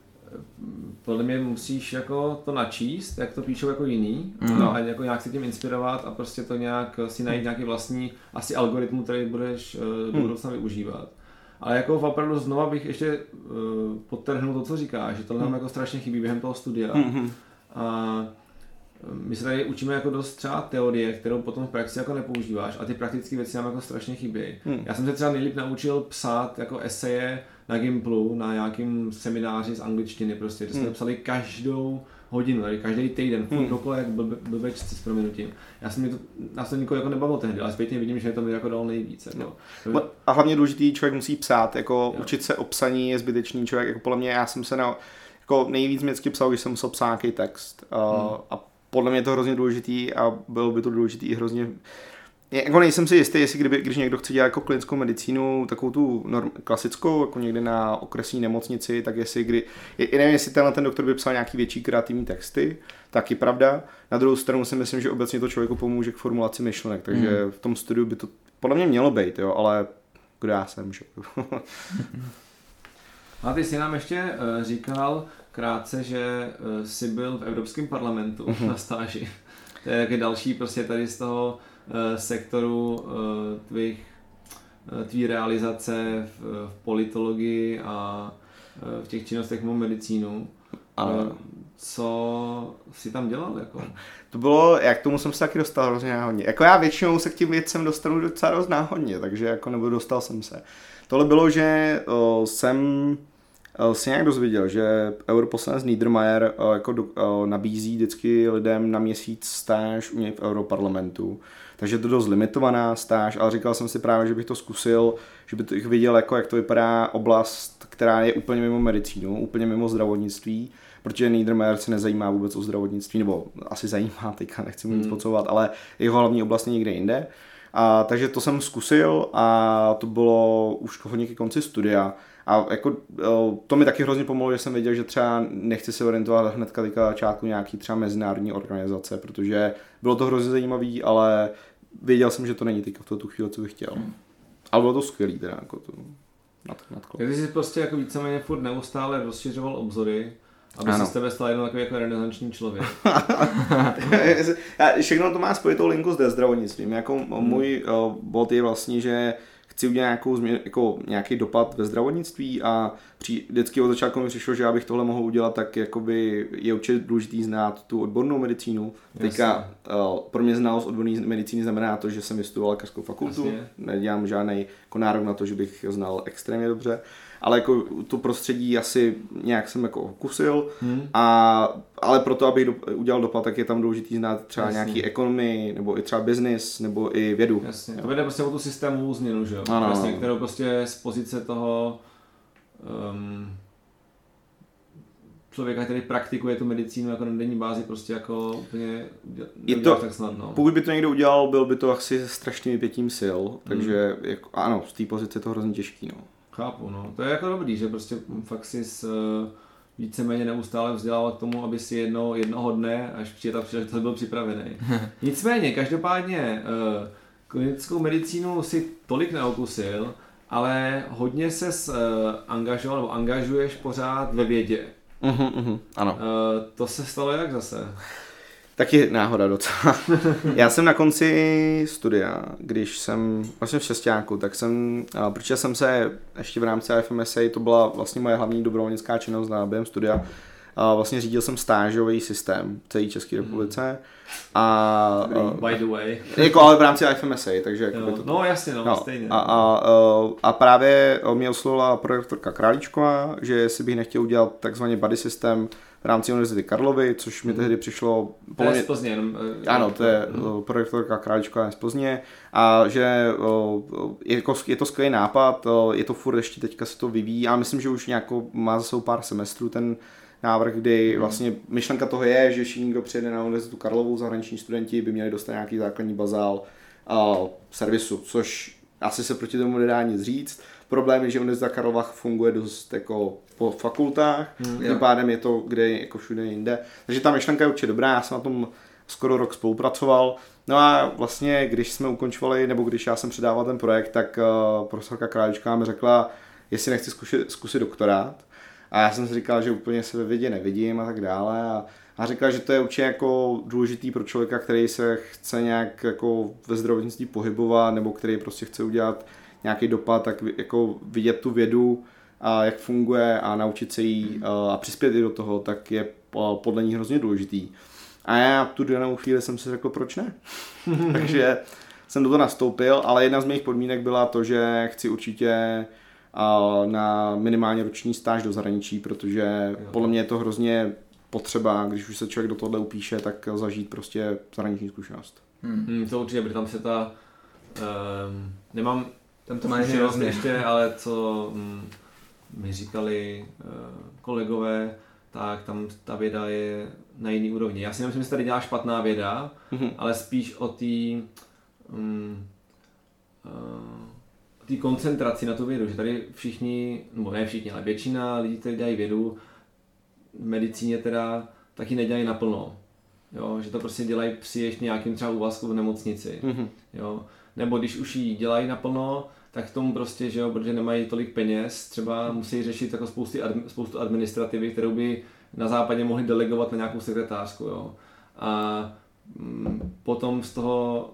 [SPEAKER 2] podle mě musíš jako to načíst, jak to píšou jako jiný, mm. no, a jako nějak se tím inspirovat a prostě to nějak si najít nějaký vlastní asi algoritmu, který budeš uh, do budoucna využívat. Ale jako opravdu znova bych ještě uh, podtrhnul to, co říkáš, že tohle nám jako strašně chybí během toho studia. Mm-hmm. A my se tady učíme jako dost třeba teorie, kterou potom v praxi jako nepoužíváš a ty praktické věci nám jako strašně chybí. Mm. Já jsem se třeba nejlíp naučil psát jako eseje na Gimplu, na nějakým semináři z angličtiny prostě, kde jsme mm. psali každou hodinu, tady každý týden, furt mm. dokola jak blbe, blbečci s prominutím. Já jsem mi to, já jsem nikoho jako nebavil tehdy, ale zpětně vidím, že je to mi jako dalo nejvíc. Jako.
[SPEAKER 3] No. A hlavně důležitý, člověk musí psát, jako jo. Učit se o psaní je zbytečný člověk, jako podle mě já jsem se na, jako nejvíc mě psal, když jsem musel psát nějaký text. Mm. Uh, a podle mě je to hrozně důležitý a bylo by to důležitý i hrozně. Jako nejsem si jistý, jestli kdyby, když někdo chce dělat jako klinickou medicínu, takovou tu norm, klasickou, jako někde na okresní nemocnici, tak jestli kdy, je, nevím, jestli tenhle ten doktor by psal nějaký větší kreativní texty, taky pravda. Na druhou stranu si myslím, že obecně to člověku pomůže k formulaci myšlenek, takže mm. v tom studiu by to podle mě mělo být, jo, ale kdo já jsem, že?
[SPEAKER 2] A ty jsi nám ještě uh, říkal krátce, že uh, jsi byl v Evropském parlamentu mm-hmm. na stáži. To je taky další prostě tady z toho uh, sektoru uh, tvých, uh, tvý realizace v, v politologii a uh, v těch činnostech mimo medicínu. Uh, co jsi tam dělal? Jako?
[SPEAKER 3] To bylo, jak tomu jsem se taky dostal hrozně náhodně. Jako já většinou se k tím věcem dostanu docela dost náhodně, takže jako nebo dostal jsem se. Tohle bylo, že uh, jsem si nějak dozvěděl, že europoslanec Niedermayer jako do, nabízí vždycky lidem na měsíc stáž u něj v Europarlamentu. Takže to dost limitovaná stáž, ale říkal jsem si právě, že bych to zkusil, že bych viděl, jako, jak to vypadá oblast, která je úplně mimo medicínu, úplně mimo zdravotnictví, protože Niedermayer se nezajímá vůbec o zdravotnictví, nebo asi zajímá, teďka nechci mu nic podsouvat, ale jeho hlavní oblast je někde jinde. A, takže to jsem zkusil a to bylo už hodně ke konci studia. A jako, to mi taky hrozně pomohlo, že jsem věděl, že třeba nechci se orientovat hnedka na začátku nějaký třeba mezinárodní organizace, protože bylo to hrozně zajímavý, ale věděl jsem, že to není teďka v tu chvíli, co bych chtěl. Hmm. Ale bylo to skvělý teda, jako to nad, nadklo.
[SPEAKER 2] Když jsi prostě jako víceméně furt neustále rozšiřoval obzory, aby se z tebe stal jednou takový jako renesanční člověk.
[SPEAKER 3] Všechno to má spojitou linku s zdravotnictvím. Jako hmm. můj uh, bod je vlastně, že chci udělat nějakou změnu, jako nějaký dopad ve zdravotnictví a při, vždycky od začátku mi přišlo, že abych tohle mohl udělat, tak jakoby je určitě důležitý znát tu odbornou medicínu. Teďka uh, pro mě znalost odborné medicíny znamená to, že jsem vystudoval lékařskou fakultu, Jasně. nedělám žádný jako nárok na to, že bych znal extrémně dobře, ale jako to prostředí asi nějak jsem jako okusil, hmm. a, ale proto, abych do, udělal dopad, tak je tam důležitý znát třeba Jasně. nějaký ekonomii, nebo i třeba business, nebo i vědu.
[SPEAKER 2] Jasně. To vede prostě o tu systémovou změnu, že jo?
[SPEAKER 3] Ano,
[SPEAKER 2] vlastně,
[SPEAKER 3] ano.
[SPEAKER 2] kterou prostě z pozice toho um, člověka, který praktikuje tu medicínu jako na denní bázi, prostě jako úplně
[SPEAKER 3] je to,
[SPEAKER 2] tak snadno.
[SPEAKER 3] Pokud by to někdo udělal, byl by to asi strašným vypětím sil, takže hmm. jako, ano, z té pozice je to hrozně těžký, no.
[SPEAKER 2] Chápu, no. To je jako dobrý, že prostě fakt si s, uh, víceméně neustále vzdělávat k tomu, aby si jedno, jednoho dne, až přijde ta příležitost, byl připravený. Nicméně, každopádně uh, klinickou medicínu si tolik neokusil, ale hodně ses uh, angažoval, nebo angažuješ pořád ve vědě.
[SPEAKER 3] Uhum, uhum, ano.
[SPEAKER 2] Uh, to se stalo jak zase?
[SPEAKER 3] Taky náhoda docela. Já jsem na konci studia, když jsem vlastně v šestáku, tak jsem, protože jsem se ještě v rámci I F M S A, to byla vlastně moje hlavní dobrovolnická činnost na během studia, a vlastně řídil jsem stážový systém v celé České republice. A,
[SPEAKER 2] by the way.
[SPEAKER 3] Jako ale v rámci I F M S A, takže...
[SPEAKER 2] Jo,
[SPEAKER 3] to,
[SPEAKER 2] no jasně, no,
[SPEAKER 3] no
[SPEAKER 2] stejně.
[SPEAKER 3] A, a, a právě mě oslovila projektorka Králíčková, že jestli bych nechtěl udělat takzvaný buddy systém v rámi Univerzity Karlovy, což mi tehdy přišlo...
[SPEAKER 2] To je z Plzně, jenom...
[SPEAKER 3] Ano, to je mm. projektorka Králíčková z Plzně a že je, je to skvělý nápad, je to furt ještě teďka se to vyvíjí a myslím, že už nějakou má za sebou pár semestrů ten návrh, kdy vlastně myšlenka toho je, že všichni, kdo přijede na Univerzitu Karlovu, zahraniční studenti by měli dostat nějaký základní bazál a servisu, což asi se proti tomu nedá nic říct. Problém je, že Univerzita Karlova funguje dost jako po fakultách, hmm, tím pádem je to kde jako všude jinde. Takže ta myšlenka je určitě dobrá, já jsem na tom skoro rok spolupracoval. No a vlastně, když jsme ukončovali, nebo když já jsem předával ten projekt, tak uh, profesorka Králíčková mi řekla, jestli nechci zkusit, zkusit doktorát. A já jsem si říkal, že úplně se ve vědě nevidím a tak dále. A, a říkala, že to je určitě jako důležitý pro člověka, který se chce nějak jako ve zdravotnictví pohybovat, nebo který prostě chce udělat nějaký dopad, tak jako vidět tu vědu, a jak funguje a naučit se jí a přispět i do toho, tak je podle ní hrozně důležitý. A já tu danou chvíli jsem si řekl, proč ne? Takže jsem do toho nastoupil, ale jedna z mých podmínek byla to, že chci určitě na minimálně roční stáž do zahraničí, protože podle mě je to hrozně potřeba, když už se člověk do tohle upíše, tak zažít prostě zahraniční zkušenost.
[SPEAKER 2] Hmm. Hmm, to určitě, protože tam se ta... Um, nemám tento zkušenost ještě, ale co um, mi říkali uh, kolegové, tak tam ta věda je na jiný úrovni. Já si nemyslím, že se tady dělá špatná věda, mm-hmm. ale spíš o té um, uh, té koncentraci na tu vědu, že tady všichni, nebo ne všichni, ale většina lidí, kteří dělají vědu, v medicíně teda taky nedělají naplno. Jo, že to prostě dělají při ještě nějakým třeba úvazku v nemocnici. Mm-hmm. Jo. Nebo když už ji dělají naplno, tak k tomu prostě, že jo, protože nemají tolik peněz, třeba musí řešit jako spousty, spoustu administrativy, kterou by na západě mohli delegovat na nějakou sekretářku. Jo. A mm, potom z toho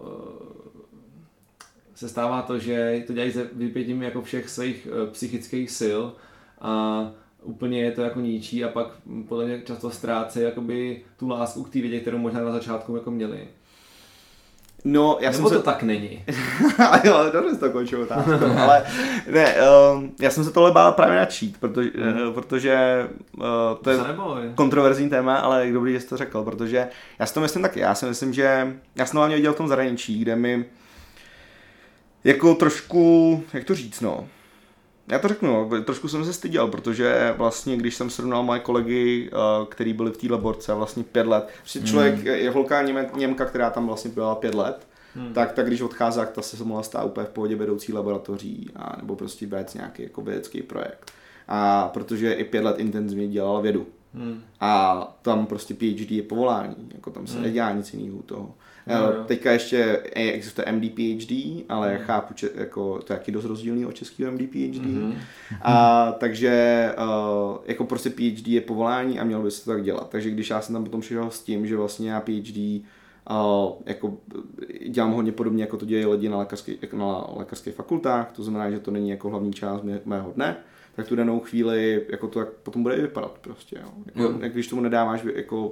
[SPEAKER 2] se stává to, že to dělají se vypětím jako všech svých uh, psychických sil a úplně je to jako ničí a pak podle mě často ztrácejí jakoby tu lásku k té vědě, kterou možná na začátku jako měli.
[SPEAKER 3] No, já
[SPEAKER 2] Nebo
[SPEAKER 3] jsem
[SPEAKER 2] to se... tak není.
[SPEAKER 3] Jo, dobře jsi to končil otázku, ale ne, um, já jsem se tohle bál právě načít, protože, mm. protože uh, to je kontroverzní téma, ale dobrý, že jsi to řekl, protože já si to myslím taky, já si myslím, že já jsem hlavně viděl v tom zahraničí, kde mi jako trošku, jak to říct, no, já to řeknu, no, trošku jsem se styděl, protože vlastně, když jsem srovnal moje kolegy, uh, který byli v té laborce vlastně pět let, prostě člověk, mm. je holka Něme, Němka, která tam vlastně byla pět let, hmm. tak, tak když odchází, tak ta se mohla stát úplně v pohodě vedoucí laboratoří a nebo prostě vést nějaký jako vědecký projekt. A protože i pět let intenzivně dělala vědu. Hmm. A tam prostě PhD je povolání, jako tam se hmm. nedělá nic jiného toho. No, no. Teďka ještě existuje M D PhD, ale hmm. chápu, če, jako, to je jaký dost rozdílný od českého M D PhD. Hmm. A, takže uh, jako prostě PhD je povolání a mělo by se to tak dělat. Takže když já jsem tam potom přišel s tím, že vlastně já PhD uh, jako dělám hodně podobně, jako to dělají lidi na lékařské, na lékařských fakultách, to znamená, že to není jako hlavní část mě, mého dne, tak tu danou chvíli jako to tak potom bude i vypadat prostě, jo. Jako, jo. Jak když tomu nedáváš jako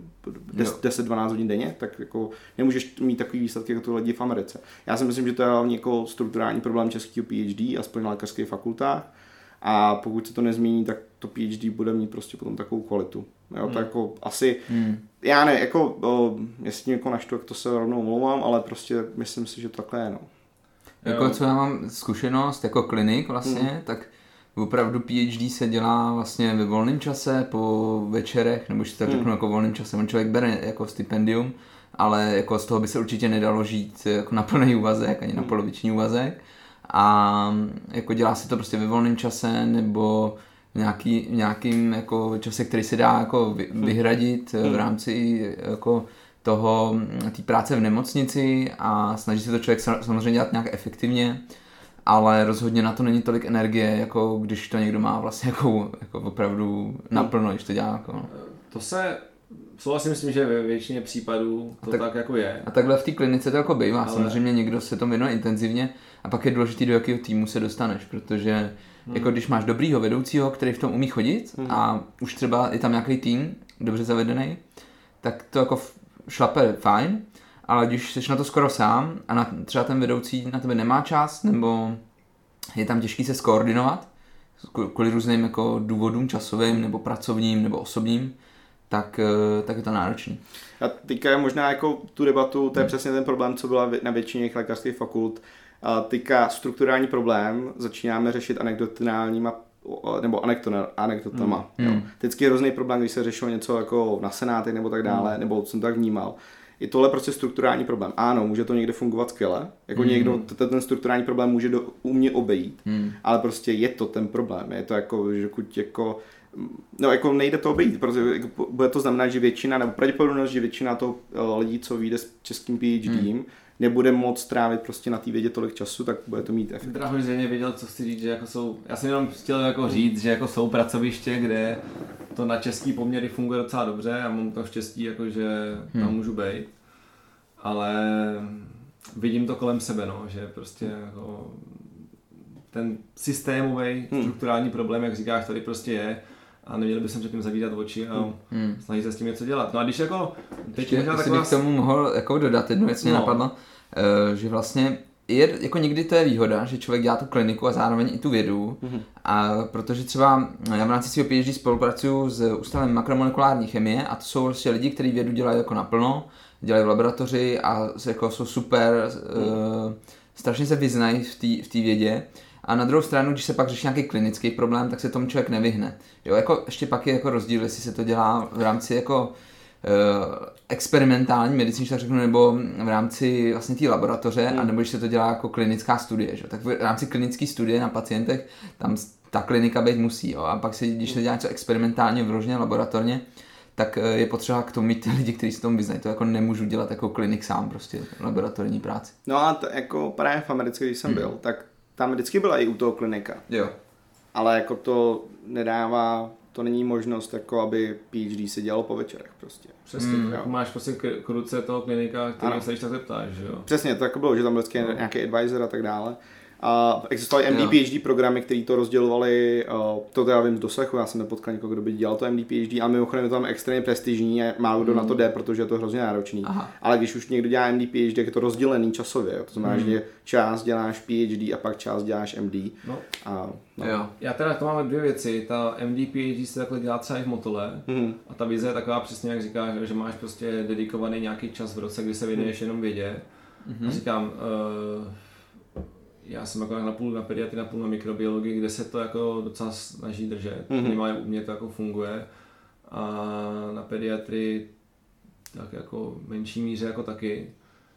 [SPEAKER 3] deset dvanáct hodin denně, tak jako nemůžeš mít takový výsledky jako to lidi v Americe. Já si myslím, že to je hlavně jako strukturální problém českého PhD, aspoň na lékařských fakultách, a pokud se to nezmění, tak to PhD bude mít prostě potom takovou kvalitu. Jo, hmm. tak jako asi, hmm. já ne, jako, o, jestli někoho naštvu, tak to se rovnou omlouvám, ale prostě myslím si, že takhle je, no.
[SPEAKER 1] Jako co já mám zkušenost jako klinik vlastně, hmm. tak opravdu PhD se dělá vlastně ve volném čase, po večerech, nebo když tak řeknu hmm. jako volném čase, on člověk bere jako stipendium, ale jako z toho by se určitě nedalo žít jako na plný úvazek, ani na poloviční úvazek. A jako dělá se to prostě ve volném čase, nebo v nějaký, v nějakým jako čase, který se dá jako vy, vyhradit v rámci jako toho, té práce v nemocnici, a snaží se to člověk samozřejmě dělat nějak efektivně, ale rozhodně na to není tolik energie, jako když to někdo má vlastně jako, jako opravdu naplno, když to dělá. Jako.
[SPEAKER 2] To se, souhlasím s tím, že ve většině případů to tak, tak jako je.
[SPEAKER 1] A takhle v té klinice to jako bývá, ale... samozřejmě někdo se tomu věnuje intenzivně, a pak je důležitý, do jakého týmu se dostaneš, protože hmm. jako když máš dobrýho vedoucího, který v tom umí chodit hmm. a už třeba je tam nějaký tým dobře zavedený, tak to jako šlape fajn, ale když jsi na to skoro sám a na, třeba ten vedoucí na tebe nemá čas, nebo je tam těžký se skoordinovat kvůli různým jako důvodům časovým, nebo pracovním, nebo osobním, tak, tak je to náročný.
[SPEAKER 3] A teďka je možná jako tu debatu, to je hmm. přesně ten problém, co byla na většině lékařských fakult. A teďka strukturální problém začínáme řešit anekdotinálníma nebo anekdotama. Hmm. Teďka je hrozný problém, když se řešilo něco jako na senátech nebo tak dále, hmm. nebo jsem to tak vnímal. Je tohle prostě strukturální problém. Ano, může to někde fungovat skvěle, jako hmm. někdo ten strukturální problém může do, u mě obejít, hmm. ale prostě je to ten problém. Je to jako, že kuď jako no jako nejde to obejít, protože jako bude to znamenat, že většina, nebo pravděpodobnost, že většina toho lidí, co vyjde s českým PhD, hmm. nebude moc trávit prostě na té vědě tolik času, tak bude to mít efekt.
[SPEAKER 2] Drahoš zřejmě věděl, co chci říct, že jako jsou, já jsem jenom chtěl jako říct, že jako jsou pracoviště, kde to na český poměry funguje docela dobře a mám to štěstí, jako že tam hmm. můžu být, ale vidím to kolem sebe, no, že prostě jako ten systémový hmm. strukturální problém, jak říkáš, tady prostě je. A neměli bychom před tím zavírat oči a hmm. snažit se s tím něco dělat. No a když jako...
[SPEAKER 1] Teď ještě, možná taková... bych k tomu mohl jako dodat, jednu věc mě no. napadlo, že vlastně je, jako někdy to je výhoda, že člověk dělá tu kliniku a zároveň i tu vědu, hmm. a protože třeba já v rámci svého PhD spolupracuju s Ústavem makromolekulární chemie a to jsou vlastně lidi, kteří vědu dělají jako naplno, dělají v laboratoři a jako jsou super, hmm. uh, strašně se vyznají v té v vědě. A na druhou stranu, když se pak řeší nějaký klinický problém, tak se tomu člověk nevyhne. Jo, jako ještě pak je jako rozdíl, jestli se to dělá v rámci jako uh, experimentální medicíny, tak řeknu, nebo v rámci vlastně té laboratoře, hmm. anebo když se to dělá jako klinická studie. Že? Tak v rámci klinické studie na pacientech tam ta klinika být musí. Jo? A pak se, když se dělá něco experimentálně, vyloženě laboratorně, tak je potřeba k tomu mít ty lidi, kteří se tomu vyznají. To jako nemůžu dělat jako klinik sám, prostě laboratorní práci.
[SPEAKER 3] No a to, jako právě v Americe, když jsem hmm. byl, tak tam vždycky byla i u toho klinika.
[SPEAKER 1] Jo.
[SPEAKER 3] Ale jako to nedává, to není možnost, jako aby PhD se dělalo po večerech prostě.
[SPEAKER 2] Přesně, mm. jako máš prostě k ruce toho klinika, který se když tak zeptáš, že jo?
[SPEAKER 3] Přesně, to jako bylo, že tam byl vždycky no. nějaký advisor a tak dále. A existovaly M D P H D programy, které to rozdělovaly, to teda vím z dosahu, já jsem nepotkal někoho, kdo by dělal to M D P H D, ale mimochodem je to tam extrémně prestižní a málo kdo mm. na to jde, protože je to hrozně náročný. Aha. Ale když už někdo dělá M D P H D, tak je to rozdělený časově, jo? To znamená, mm. že část děláš P H D a pak část děláš M D.
[SPEAKER 2] No.
[SPEAKER 3] A, no.
[SPEAKER 2] Jo. Já teda to máme dvě věci, ta M D P H D se takhle dělá třeba i v Motole mm. a ta vize je taková přesně, jak říkáš, že máš prostě dedikovaný nějaký čas v roce, kdy se věnuješ jenom vědě. Mm. A říkám, uh, já jsem jako napůl na pediatrii, napůl na mikrobiologii, kde se to jako docela snaží držet. Mm-hmm. Minimálně u mě to jako funguje. A na pediatrii tak jako menší míře jako taky.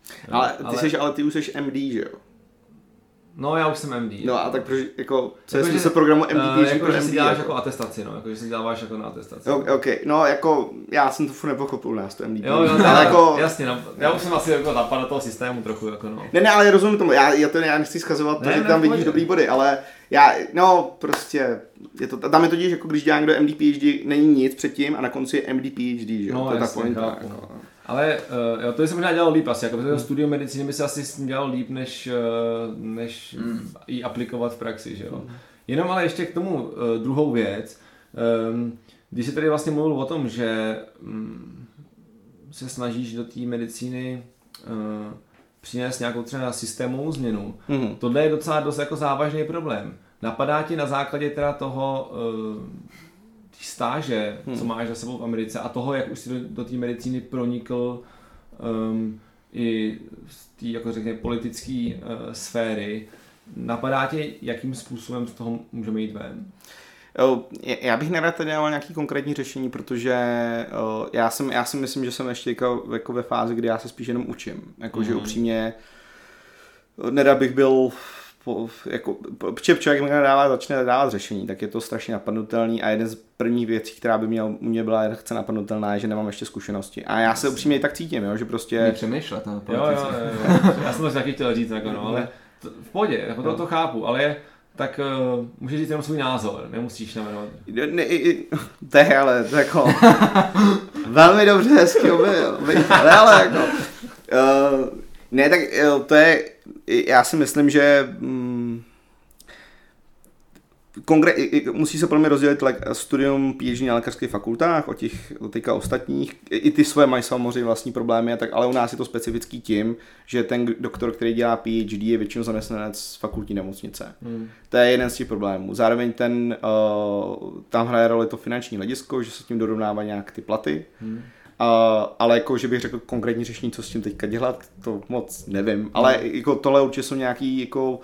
[SPEAKER 3] Ale ty, ale... Seš, ale ty už jsi M D, že jo?
[SPEAKER 2] No, já už jsem M D.
[SPEAKER 3] No a tak proč, jako, co je smysl programu M D?
[SPEAKER 2] Uh, jako, že si děláš jako, jako atestaci, no, jako, že si děláváš jako na atestaci.
[SPEAKER 3] Ok, okay. No, jako, já jsem to furt nepochopil u nás, to M D.
[SPEAKER 2] Jo, jo, ale jako... Jasně, no, já už jsem asi jako zapad do toho systému trochu, jako no.
[SPEAKER 3] Ne, ne, ale rozumím tomu, já, já to já nechci schazovat, ne, že tam vidíš pojď. Dobrý body, ale já, no, prostě, je to, tam je totiž, jako když dělá někdo M D P H D, není nic předtím a na konci je M D P H D, že jo,
[SPEAKER 2] no,
[SPEAKER 3] to je
[SPEAKER 2] jasně,
[SPEAKER 3] ta pointa, jako.
[SPEAKER 2] Ale uh, jo, to by se možná dělalo líp asi, jako protože studium medicíny by se asi s tím dělalo líp, než, uh, než mm. ji aplikovat v praxi, že jo. Mm. Jenom ale ještě k tomu uh, druhou věc, um, když se tady vlastně mluvil o tom, že um, se snažíš do té medicíny uh, přinést nějakou třeba systémovou změnu, mm. tohle je docela dost jako závažný problém. Napadá ti na základě teda toho uh, stáže, hmm. co máš za sebou v Americe a toho, jak už si do, do té medicíny pronikl um, i z té, jako řekněme, politické uh, sféry, napadá tě, jakým způsobem z toho můžeme jít ven?
[SPEAKER 3] Já bych nerad tady dával nějaký konkrétní řešení, protože já, jsem, já si myslím, že jsem ještě jako, jako ve fázi, kdy já se spíš jenom učím. Jako, hmm. že upřímně nerad bych byl Po, jako, protože člověk dává, začne dávat řešení, tak je to strašně napadnutelný a jeden z prvních věcí, která by měl, u mě byla chce napadnutelná, je, že nemám ještě zkušenosti. A já se upřímně i tak cítím, jo, že prostě...
[SPEAKER 1] Přemýšlet na
[SPEAKER 2] jo, jo, jo, jo. Já jsem to taky chtěl říct, jako, no, ale to, v pohodě, jako to, to chápu, ale tak uh, můžeš říct jenom svůj názor, nemusíš navrhovat.
[SPEAKER 3] Ne, to je, ale to jako... velmi dobře, hezky obyl, ale jako... Uh, ne, tak to je... Já si myslím, že mm, kongre- musí se pro mě rozdělit le- studium P H D na lékařských fakultách, od těch od teďka ostatních. I ty svoje mají samozřejmě vlastní problémy, tak, ale u nás je to specifický tím, že ten doktor, který dělá P H D, je většinou zaměstnanec fakultní nemocnice. Hmm. To je jeden z těch problémů. Zároveň ten, uh, tam hraje roli to finanční hledisko, že se tím dorovnává nějak ty platy. Hmm. Uh, ale jako, že bych řekl konkrétní řešení, co s tím teďka dělat, to moc nevím. Ale jako tohle určitě jsou nějaký jako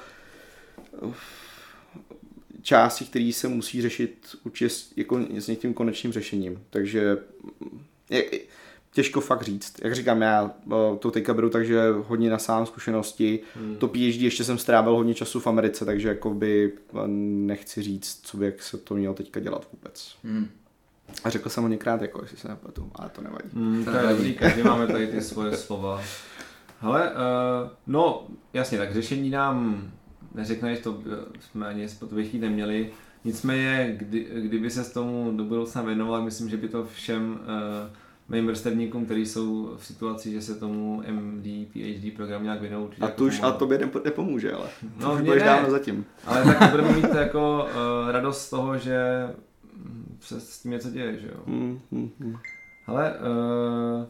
[SPEAKER 3] části, které se musí řešit určitě jako s někým konečným řešením. Takže je, těžko fakt říct. Jak říkám, já to teďka beru tak, že hodně nasám zkušenosti. Hmm. To P H D ještě jsem strávil hodně času v Americe, takže jakoby nechci říct, co by jak se to mělo teďka dělat vůbec. Hmm. A řekl jsem ho někrát, jako, jestli se nepletu, ale to nevadí.
[SPEAKER 2] Mm, to je dobrý, každý máme tady ty svoje slova. Hele, uh, no jasně, tak řešení nám neřekneš, to jsme ani to chtít neměli. Nicméně, kdy, kdyby se s tomu do budoucna věnoval, myslím, že by to všem uh, mým vrstevníkům, kteří jsou v situaci, že se tomu M D, P H D programu nějak věnou.
[SPEAKER 3] A tuž, a tobě nepomůže, ale
[SPEAKER 2] no,
[SPEAKER 3] to už dávno zatím.
[SPEAKER 2] Ale tak budeme mít jako uh, radost z toho, že se s tím něco děje, že jo.
[SPEAKER 3] Mm, mm, mm.
[SPEAKER 2] Hele, uh,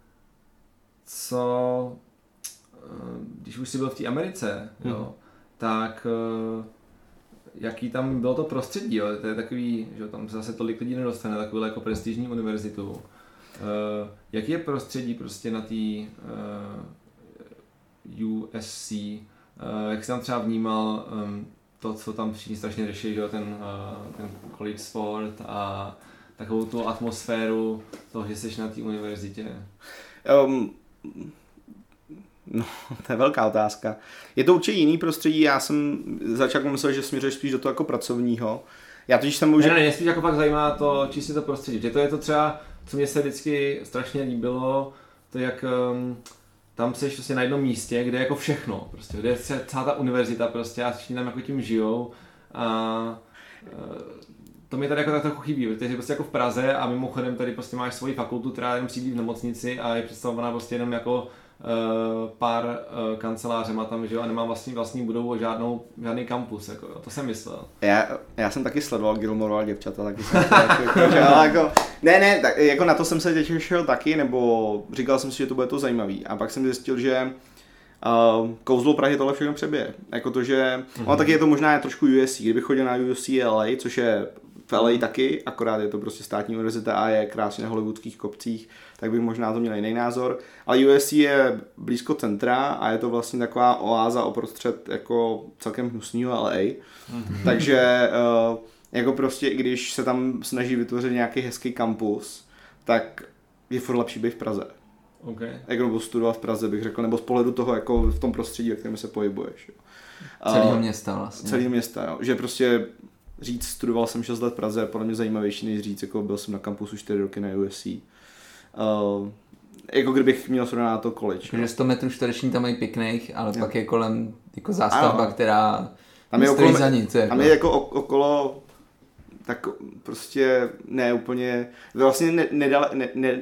[SPEAKER 2] co, uh, když už jsi byl v té Americe, mm. jo, tak uh, jaký tam bylo to prostředí, jo, to je takový, že tam zase tolik lidí nedostane, takovou jako prestižní univerzitu. Uh, jaký je prostředí prostě na té uh, U S C, uh, jak jsi tam třeba vnímal um, to, co tam všichni strašně řeší, že ten, uh, ten college sport a takovou tu atmosféru toho, že jsi na té univerzitě?
[SPEAKER 3] Um, no, to je velká otázka. Je to určitě jiný prostředí, já jsem začal myslel, že směřuješ spíš do toho jako pracovního. Já totiž jsem už...
[SPEAKER 2] Ne, ne, ne, spíš jako pak zajímá to čistě to prostředí, že to je to třeba, co mě se vždycky strašně líbilo, to jak... Um, tam jsi prostě na jednom místě, kde je jako všechno, prostě, kde je celá ta univerzita prostě a všichni tam jako tím žijou a to mi tady jako tak trochu chybí, protože prostě jako v Praze a mimochodem tady prostě máš svoji fakultu, která jenom sídlí v nemocnici a je představovaná prostě jenom jako uh, pár uh, kancelářema tam, že jo, a nemám vlastní vlastní budovu, žádnou, žádný kampus, jako jo, to jsem myslel.
[SPEAKER 3] Já, já jsem taky sledoval Gilmore a děvčata, taky jsem to jako, jako, ne, ne, tak, jako na to jsem se těšil taky, nebo říkal jsem si, že to bude to zajímavý a pak jsem zjistil, že Uh, kouzlo Prahy tohle všechno přebije. Jako to, že mm-hmm. ono taky je to možná je trošku U S C, kdybych chodil na U S C L A, což je v L A taky, akorát je to prostě státní univerzita a je krásně na hollywoodských kopcích, tak bych možná to měl jiný názor. Ale U S C je blízko centra a je to vlastně taková oáza uprostřed jako celkem hnusného L A. Mm-hmm. Takže uh, jako prostě, i když se tam snaží vytvořit nějaký hezký kampus, tak je furt lepší být v Praze.
[SPEAKER 2] Okay.
[SPEAKER 3] Jako nebo studovat v Praze, bych řekl, nebo z pohledu toho, jako v tom prostředí, ve kterém se pohybuješ. Jo.
[SPEAKER 1] Celého města vlastně.
[SPEAKER 3] Celého města, jo. Že prostě říct, studoval jsem šest let v Praze, je podle mě zajímavější, než říct, jako byl jsem na kampusu čtyři roky na U S C. Uh, jako kdybych měl srovnat na to college.
[SPEAKER 1] Takže sto metrů čtvereční tam mají pěkných, ale jo. Pak je kolem jako zástavba, ano. která
[SPEAKER 3] tam je okolo,
[SPEAKER 1] za nic. Jako.
[SPEAKER 3] Tam je jako okolo, tak prostě ne úplně, vlastně ne, nedale, ne, ne,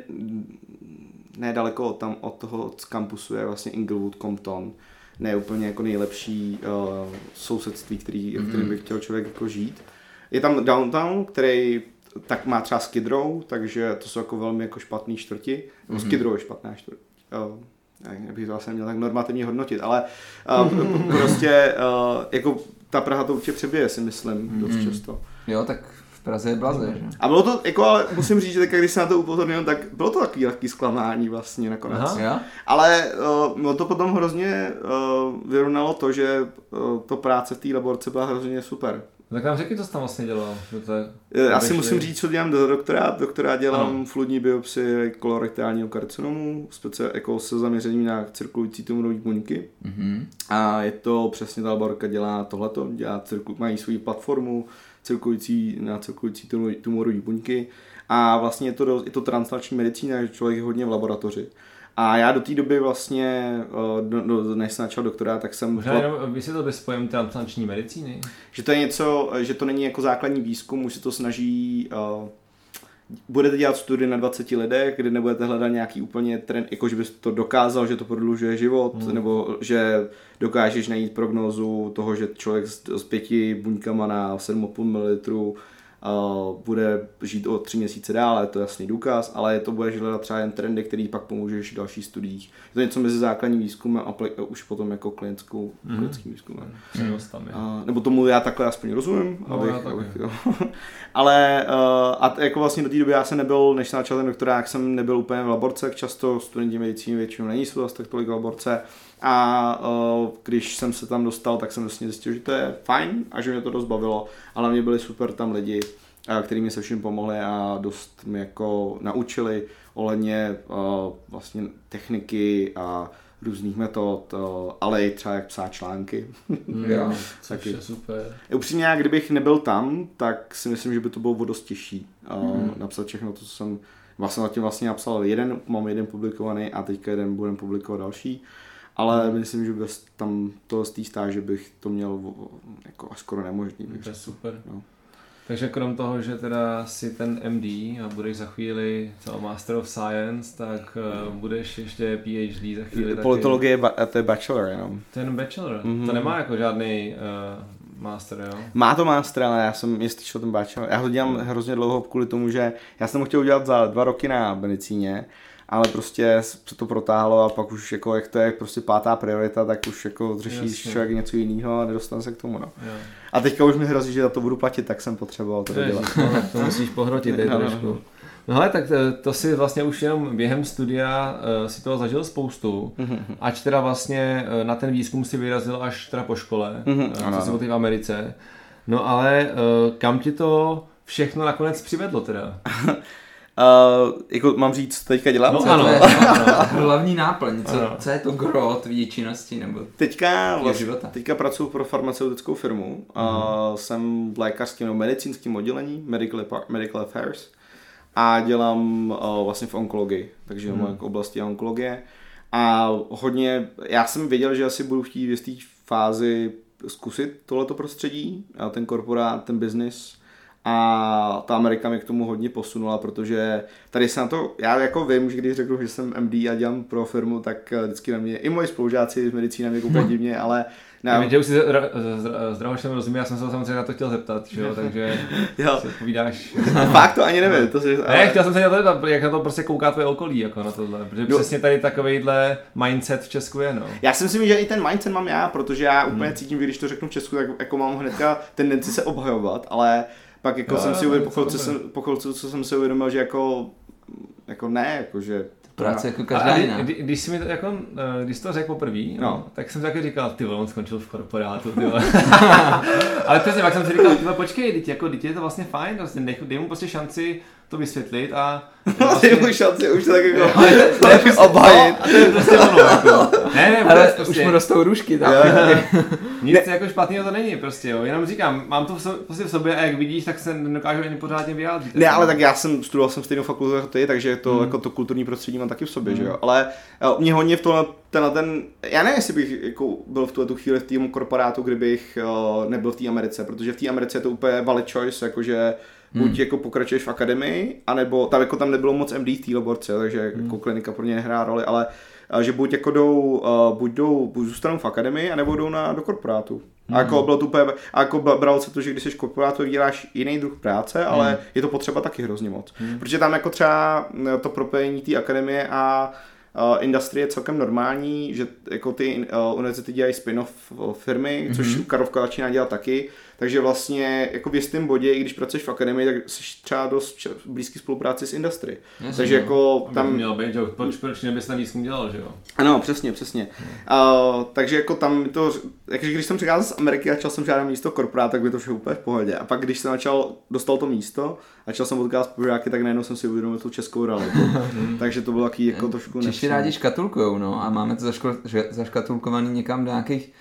[SPEAKER 3] nedaleko tam od toho od kampusu je vlastně Inglewood, Compton. Ne úplně jako nejlepší uh, sousedství, který, mm-hmm. v kterém by chtěl člověk jako žít. Je tam downtown, který tak má třeba Skid Row, takže to jsou jako velmi jako špatný čtvrti. Mm-hmm. Skid Row je špatná čtvrť. Uh, já bych to vlastně měl tak normativně hodnotit, ale uh, prostě uh, jako ta Praha to určitě přebije, si myslím, mm-hmm. dost často.
[SPEAKER 1] Jo, tak v Praze je blaze, že?
[SPEAKER 3] A bylo to, jako, ale musím říct, že teďka, když se na to upozornil, tak bylo to takový lehký zklamání vlastně nakonec.
[SPEAKER 1] Aha.
[SPEAKER 3] Ale uh, to potom hrozně uh, vyrovnalo to, že uh, to práce v té laborce byla hrozně super.
[SPEAKER 2] Tak nám řekni, co jsi tam vlastně dělal.
[SPEAKER 3] Já si musím říct, co dělám do doktorát. Doktorát dělám fluidní biopsii kolorektálního karcinomu, speciálně jako se zaměřením na cirkulující tumorové buňky. Mm-hmm. A je to přesně ta laborka dělá tohleto, dělá cirkul, mají svou platformu cirkulující na cirkulující tumorové buňky. A vlastně je to, je to translační medicína, že člověk je hodně v laboratoři. A já do té doby vlastně, do, do, než jsem začal doktorát, tak jsem...
[SPEAKER 2] Možná jenom vysvětlil bys pojem translační medicíny?
[SPEAKER 3] Že to je něco, že to není jako základní výzkum, už se to snaží... Uh, budete dělat studii na dvaceti lidech, kde nebudete hledat nějaký úplně trend, jako že bys to dokázal, že to prodlužuje život, hmm. nebo že dokážeš najít prognózu toho, že člověk s, s pěti buňkama na sedm celá pět mililitrů Uh, bude žít o tři měsíce dál, je to jasný důkaz, ale to bude hledat třeba jen trendy, který pak pomůžeš v dalších studiích. Je to něco mezi základním výzkumem a pl- už potom jako klinickou, mm. klinickým výzkumem.
[SPEAKER 2] Mm.
[SPEAKER 3] Uh, nebo tomu já takhle aspoň rozumím. No, abych, abych, jo. Ale uh, a t- jako vlastně do té doby já jsem nebyl, než jsem začal ten doktorát, jsem nebyl úplně v laborce, často studenti medicíny většinou není jsou zase tak tolik v laborce. A uh, když jsem se tam dostal, tak jsem vlastně zjistil, že to je fajn a že mě to dost bavilo, ale mě byli super tam lidi, kteří mi se vším pomohli a dost mi jako naučili ohledně uh, vlastně techniky a různých metod, uh, ale i třeba jak psát články.
[SPEAKER 2] Mm, jo, což je super.
[SPEAKER 3] Upřímně, já kdybych nebyl tam, tak si myslím, že by to bylo o dost těžší uh, mm. napsat všechno to, co jsem vlastně zatím vlastně napsal. Jeden, mám jeden publikovaný a teďka jeden budem publikovat další. Ale hmm. myslím, že bez tam toho z té stáže bych to měl jako až skoro nemožný.
[SPEAKER 2] To je super. No. Takže krom toho, že teda si ten M D a budeš za chvíli co Master of Science, tak uh, budeš ještě P H D za chvíli taky.
[SPEAKER 3] Politologie, ba- to je bachelor jenom.
[SPEAKER 2] Ten bachelor? Mm-hmm. To nemá jako žádný uh, master, jo?
[SPEAKER 3] Má to master, ale já jsem je stačil ten bachelor. Já ho dělám hrozně dlouho kvůli tomu, že já jsem ho chtěl udělat za dva roky na medicíně, ale prostě se to protáhlo a pak už jako jak to je prostě pátá priorita, tak už jako řeší člověk něco jiného a nedostane se k tomu, no. Jo. A teďka už mi hrozí, že za to budu platit, tak jsem potřeboval to dělat.
[SPEAKER 2] No, to musíš pohrotit no, trošku. No, no. No hele, tak to, to si vlastně už jenom během studia uh, si toho zažil spoustu, mm-hmm. ač teda vlastně uh, na ten výzkum si vyrazil až teda po škole, mm-hmm. uh, co si byl v Americe. No ale uh, kam ti to všechno nakonec přivedlo teda?
[SPEAKER 3] Uh, jako mám říct, teďka dělám?
[SPEAKER 1] No, ano, je, ano. Hlavní náplň, co, co je to gro tvý činnosti? Nebo
[SPEAKER 3] teďka, vlastně, teďka pracuji pro farmaceutickou firmu, mm-hmm. uh, jsem v lékařském nebo medicínském oddělení, medical, medical affairs a dělám uh, vlastně v onkologii, takže mm-hmm. v oblasti onkologie a hodně, já jsem věděl, že asi budu chtít v té fázi zkusit tohleto prostředí, ten korporát, ten biznis. A ta Amerika mě k tomu hodně posunula, protože tady se na to, já jako vím, že když řeknu, že jsem M D a dělám pro firmu, tak vždycky na mě, i moji spolužáci z medicíny mě koukají divně, ale...
[SPEAKER 2] Ne, já vím, že už si zdravotně rozumí, já jsem se samozřejmě na to chtěl zeptat, že jo, takže jo. si odpovídáš.
[SPEAKER 3] Fakt to ani nevím. To si, ale...
[SPEAKER 2] Ne, chtěl jsem se na to, jak na to prostě kouká tvoje okolí, jako na tohle, protože no. Přesně tady takovejhle mindset v Česku je, no.
[SPEAKER 3] Já si myslím, že i ten mindset mám já, protože já úplně hmm. cítím, že když to řeknu v Česku, tak jako mám hnedka tendenci se obhajovat, ale pak jako jo, jsem si uvědomil, po chvilce, po chvilce, co jsem si uvědomil, že jako, jako ne, jako že...
[SPEAKER 1] Práce jako každá jiná.
[SPEAKER 2] Kdy, když jsi mi to, jako, když jsi to řekl poprvé, no. tak jsem taky říkal, ty vole, on skončil v korporátu, ty vole. Ale přesně, pak jsem si říkal, ty vole, počkej, teď, jako, teď je to vlastně fajn, vlastně, dej, dej mu prostě šanci to vysvětlit a...
[SPEAKER 3] Vlastně... Ty šanci už to tak jako...
[SPEAKER 1] Obhajit.
[SPEAKER 2] A to je prostě ono, jako. Ne, ne,
[SPEAKER 1] ale
[SPEAKER 2] prostě...
[SPEAKER 1] už mu rostou růžky tam.
[SPEAKER 2] Nic ne. Jako špatného to není prostě, jo. Jenom říkám, mám to v sobě, prostě v sobě a jak vidíš, tak se nedokážu ani pořádně vyjádřit.
[SPEAKER 3] Ne, ale tak já jsem studoval jsem stejnou fakultu jako ty, takže to, hmm. jako to kulturní prostředí mám taky v sobě, hmm. že jo. Ale mě hodně v tohle, tenhle ten, já nevím, jestli bych jako byl v tuhle chvíli v tým korporátu, kdybych uh, nebyl v té Americe, protože v té Americe je to úplně valid choice, jakože Hmm. buď jako pokračuješ v akademii, anebo tam jako tam nebylo moc M D v té laborce, takže hmm. jako klinika pro ně nehrá roli, ale že buď jako jdou, uh, buď jdou, buď zůstanou v akademii, anebo jdou na, do korporátu. Hmm. A jako bylo to úplně, a jako bralo se to, že když jsi v korporátu, děláš jiný druh práce, ale hmm. je to potřeba taky hrozně moc. Hmm. Protože tam jako třeba to propojení té akademie a Uh, industrie je celkem normální, že jako ty uh, univerzity dělají spin-off firmy, mm-hmm. což Karlovka začíná dělat taky, takže vlastně jako v jistém bodě, i když pracuješ v akademii, tak jsi třeba dost blízký spolupráci s industry.
[SPEAKER 2] Jasně,
[SPEAKER 3] takže jako
[SPEAKER 2] tam...
[SPEAKER 3] tam...
[SPEAKER 2] Měl být, proč, proč nebys na výzkum dělal, že jo?
[SPEAKER 3] Ano, přesně, přesně. Uh, takže jako tam to, jakže když jsem přicházel z Ameriky a začal jsem žádat místo korporát, tak by to všechno úplně v pohodě. A pak když jsem začal, dostal to místo, a začal jsem potkávat spolužáky, tak najednou jsem si uvědomil tu českou realitu. Takže to bylo taky jako trošku
[SPEAKER 1] Češi rádi škatulkujou, no, a máme to zaško, zaškatulkovaný někam do nějakých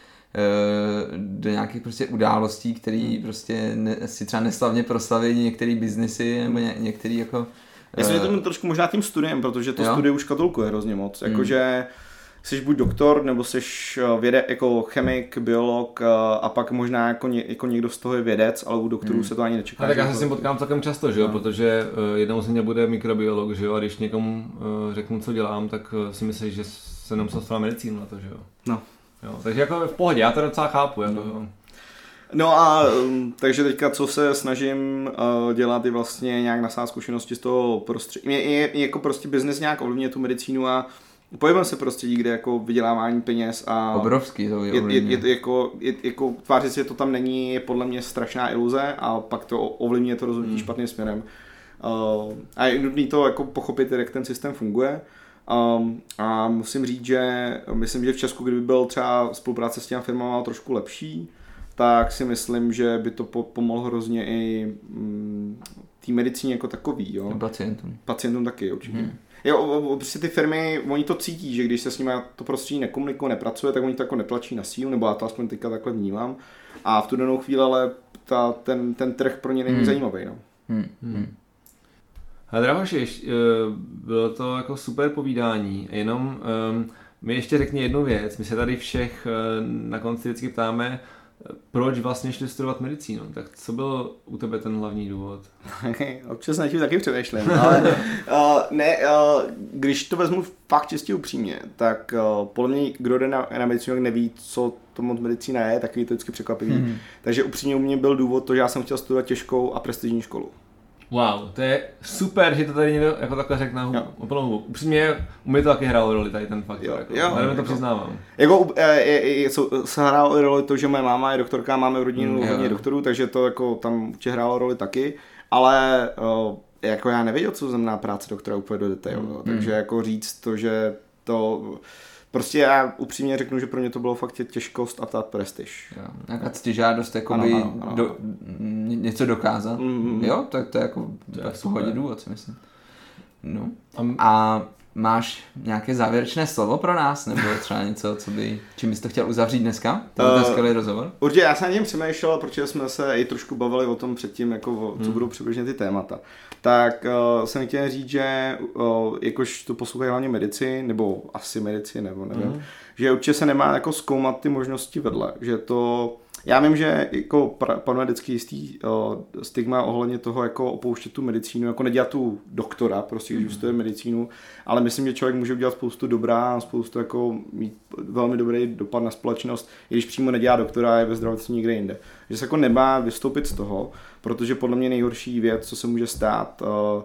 [SPEAKER 1] do nějakých prostě událostí, které prostě ne, si třeba neslavně proslaví některé biznesy nebo ně, některé jako...
[SPEAKER 3] Já si to trošku možná tím studiem, protože to jo? studium škatulkuje hrozně moc, jakože jsi buď doktor, nebo jsi věde, jako chemik, biolog a pak možná jako, ně, jako někdo z toho je vědec, ale u doktorů hmm. se to ani nečeká.
[SPEAKER 2] A tak já se s tím potkám celkem často, že jo, no. protože jednou z mě bude mikrobiolog, že jo, a když někomu řeknu, co dělám, tak si myslíš, že se nám dostala medicínu na to, že jo.
[SPEAKER 3] No.
[SPEAKER 2] Jo, takže jako v pohodě, já to docela chápu. Jako, no.
[SPEAKER 3] no a takže teďka, co se snažím uh, dělat, je vlastně nějak nasát zkušenosti z toho prostředí. Je, je, je jako prostě biznes nějak ovlivňuje tu medicínu a pohybujeme se prostředí, kde jako vydělávání peněz a...
[SPEAKER 1] Obrovský to
[SPEAKER 3] je, je, je, je, jako, je, jako tvářit si, že to tam není, je podle mě strašná iluze a pak to ovlivňuje to rozhodnutí hmm. špatným směrem. Uh, a je nutné to jako pochopit, jak ten systém funguje. Um, a musím říct, že myslím, že v Česku, kdyby byl třeba spolupráce s těma firmama trošku lepší, tak si myslím, že by to po, pomohlo hrozně i mm, té medicíně jako takový. Jo?
[SPEAKER 1] Pacientům.
[SPEAKER 3] Pacientům taky určitě. Hmm. Jo, prostě ty firmy, oni to cítí, že když se s nimi to prostředí nekomunikuje, nepracuje, tak oni to jako netlačí na sílu, nebo já to aspoň teďka takhle vnímám. A v tu danou chvíli ale ta, ten, ten trh pro ně není hmm. zajímavý. No.
[SPEAKER 1] Hmm. Hmm.
[SPEAKER 2] Ale Drahoši, bylo to jako super povídání, jenom um, mi ještě řekni jednu věc, my se tady všech na konci vždycky ptáme, proč vlastně šli studovat medicínu, tak co byl u tebe ten hlavní důvod?
[SPEAKER 3] Občas na tím taky přemýšlím, ale uh, ne, uh, když to vezmu fakt čistě upřímně, tak uh, podle mě kdo jde na, na medicínu, neví, co to moc medicína je, takový to vždycky překvapivý, hmm. takže upřímně u mě byl důvod to, že já jsem chtěl studovat těžkou a prestižní školu.
[SPEAKER 2] Wow, to je super, že to tady někdo jako takhle řekne na úplnou. Upřímně, u mě to taky hrálo roli tady ten fakt, jako, jo, ale to přiznávám.
[SPEAKER 3] Jako je, je, je, se hrálo roli to, že moje máma je doktorka, máme v rodinu hodně mm, doktorů, takže to jako tam určitě hrálo roli taky, ale o, jako já nevěděl, co znamená práce doktora úplně do detailu, mm, takže mm. jako říct to, že to... Prostě já upřímně řeknu, že pro mě to bylo fakt těžkost a ta prestiž.
[SPEAKER 1] Nějaká ctižádost, jakoby
[SPEAKER 3] ano, ano, ano.
[SPEAKER 1] Do, něco dokázat.
[SPEAKER 3] Mm-hmm.
[SPEAKER 1] Jo, tak to je jako v pohodě důvod, si myslím. No. A máš nějaké závěrečné slovo pro nás? Nebo třeba něco, co by, čím bys to chtěl uzavřít dneska? To je uh, skvělý rozhovor.
[SPEAKER 3] Určitě, já jsem na něm přemýšlel, protože jsme se i trošku bavili o tom předtím, jako o, co hmm. budou přibližně ty témata. Tak uh, jsem chtěl říct, že uh, jakož to poslouchají hlavně medici, nebo asi medici, nebo nevím, hmm. že určitě se nemá jako zkoumat ty možnosti vedle, že to... Já vím, že jako panuje vždycky jistý uh, stigma ohledně toho, jako opouštět tu medicínu, jako nedělat tu doktora, prostě když studuje mm. medicínu, ale myslím, že člověk může udělat spoustu dobrá a spoustu jako mít velmi dobrý dopad na společnost, i když přímo nedělá doktora a je ve zdravotnictví někde jinde. Že se jako nemá vystoupit z toho, protože podle mě nejhorší věc, co se může stát, uh,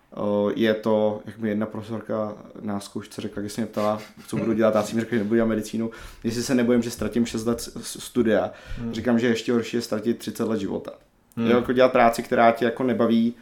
[SPEAKER 3] je to, jak mi jedna profesorka na zkoušce řekla, když se mě ptala, co budu dělat, já si mi řekla, že nebudu dělat medicínu, jestli se nebojím, že ztratím šest let studia. Hmm. Říkám, že ještě horší je ztratit třicet let života. Hmm. Je jako dělat práci, která tě jako nebaví,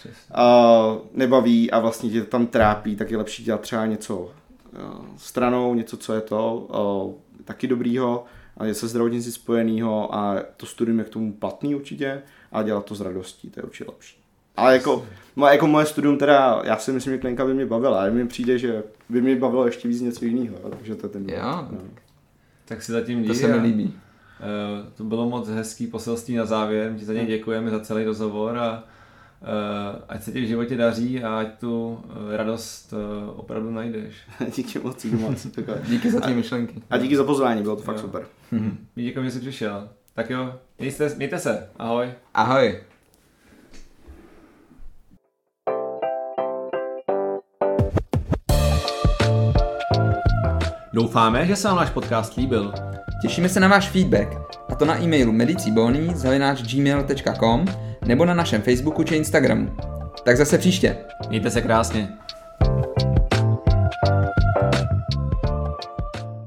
[SPEAKER 3] uh, nebaví a vlastně tě tam trápí, tak je lepší dělat třeba něco uh, stranou, něco, co je to, uh, taky dobrýho, a je se zdravotnictví spojenýho a to studium je k tomu platný určitě, a dělat to s radostí, to je určitě lepší. Ale jako, moje, jako moje studium teda, já si myslím, že klinika by mě bavila, ale mi přijde, že by mě bavilo ještě víc něco jiného, takže to je ten...
[SPEAKER 1] Jo.
[SPEAKER 3] No.
[SPEAKER 2] Tak si zatím
[SPEAKER 1] To se mi líbí.
[SPEAKER 2] Uh, to bylo moc hezký poselství na závěr, ti za něj děkujeme za celý rozhovor a uh, ať se ti v životě daří a ať tu uh, radost uh, opravdu najdeš.
[SPEAKER 3] Díky moc, díky moc.
[SPEAKER 1] Díky za ty myšlenky.
[SPEAKER 3] A díky za pozvání, bylo to fakt jo. super.
[SPEAKER 2] Mm-hmm. Děkuji, že jsi přišel. Tak jo, mějte, mějte se, ahoj.
[SPEAKER 1] Ahoj.
[SPEAKER 2] Doufáme, že se vám náš podcast líbil.
[SPEAKER 1] Těšíme se na váš feedback, a to na e-mailu medicibony zavináč gmail tečka com nebo na našem Facebooku či Instagramu. Tak zase příště.
[SPEAKER 2] Mějte se krásně.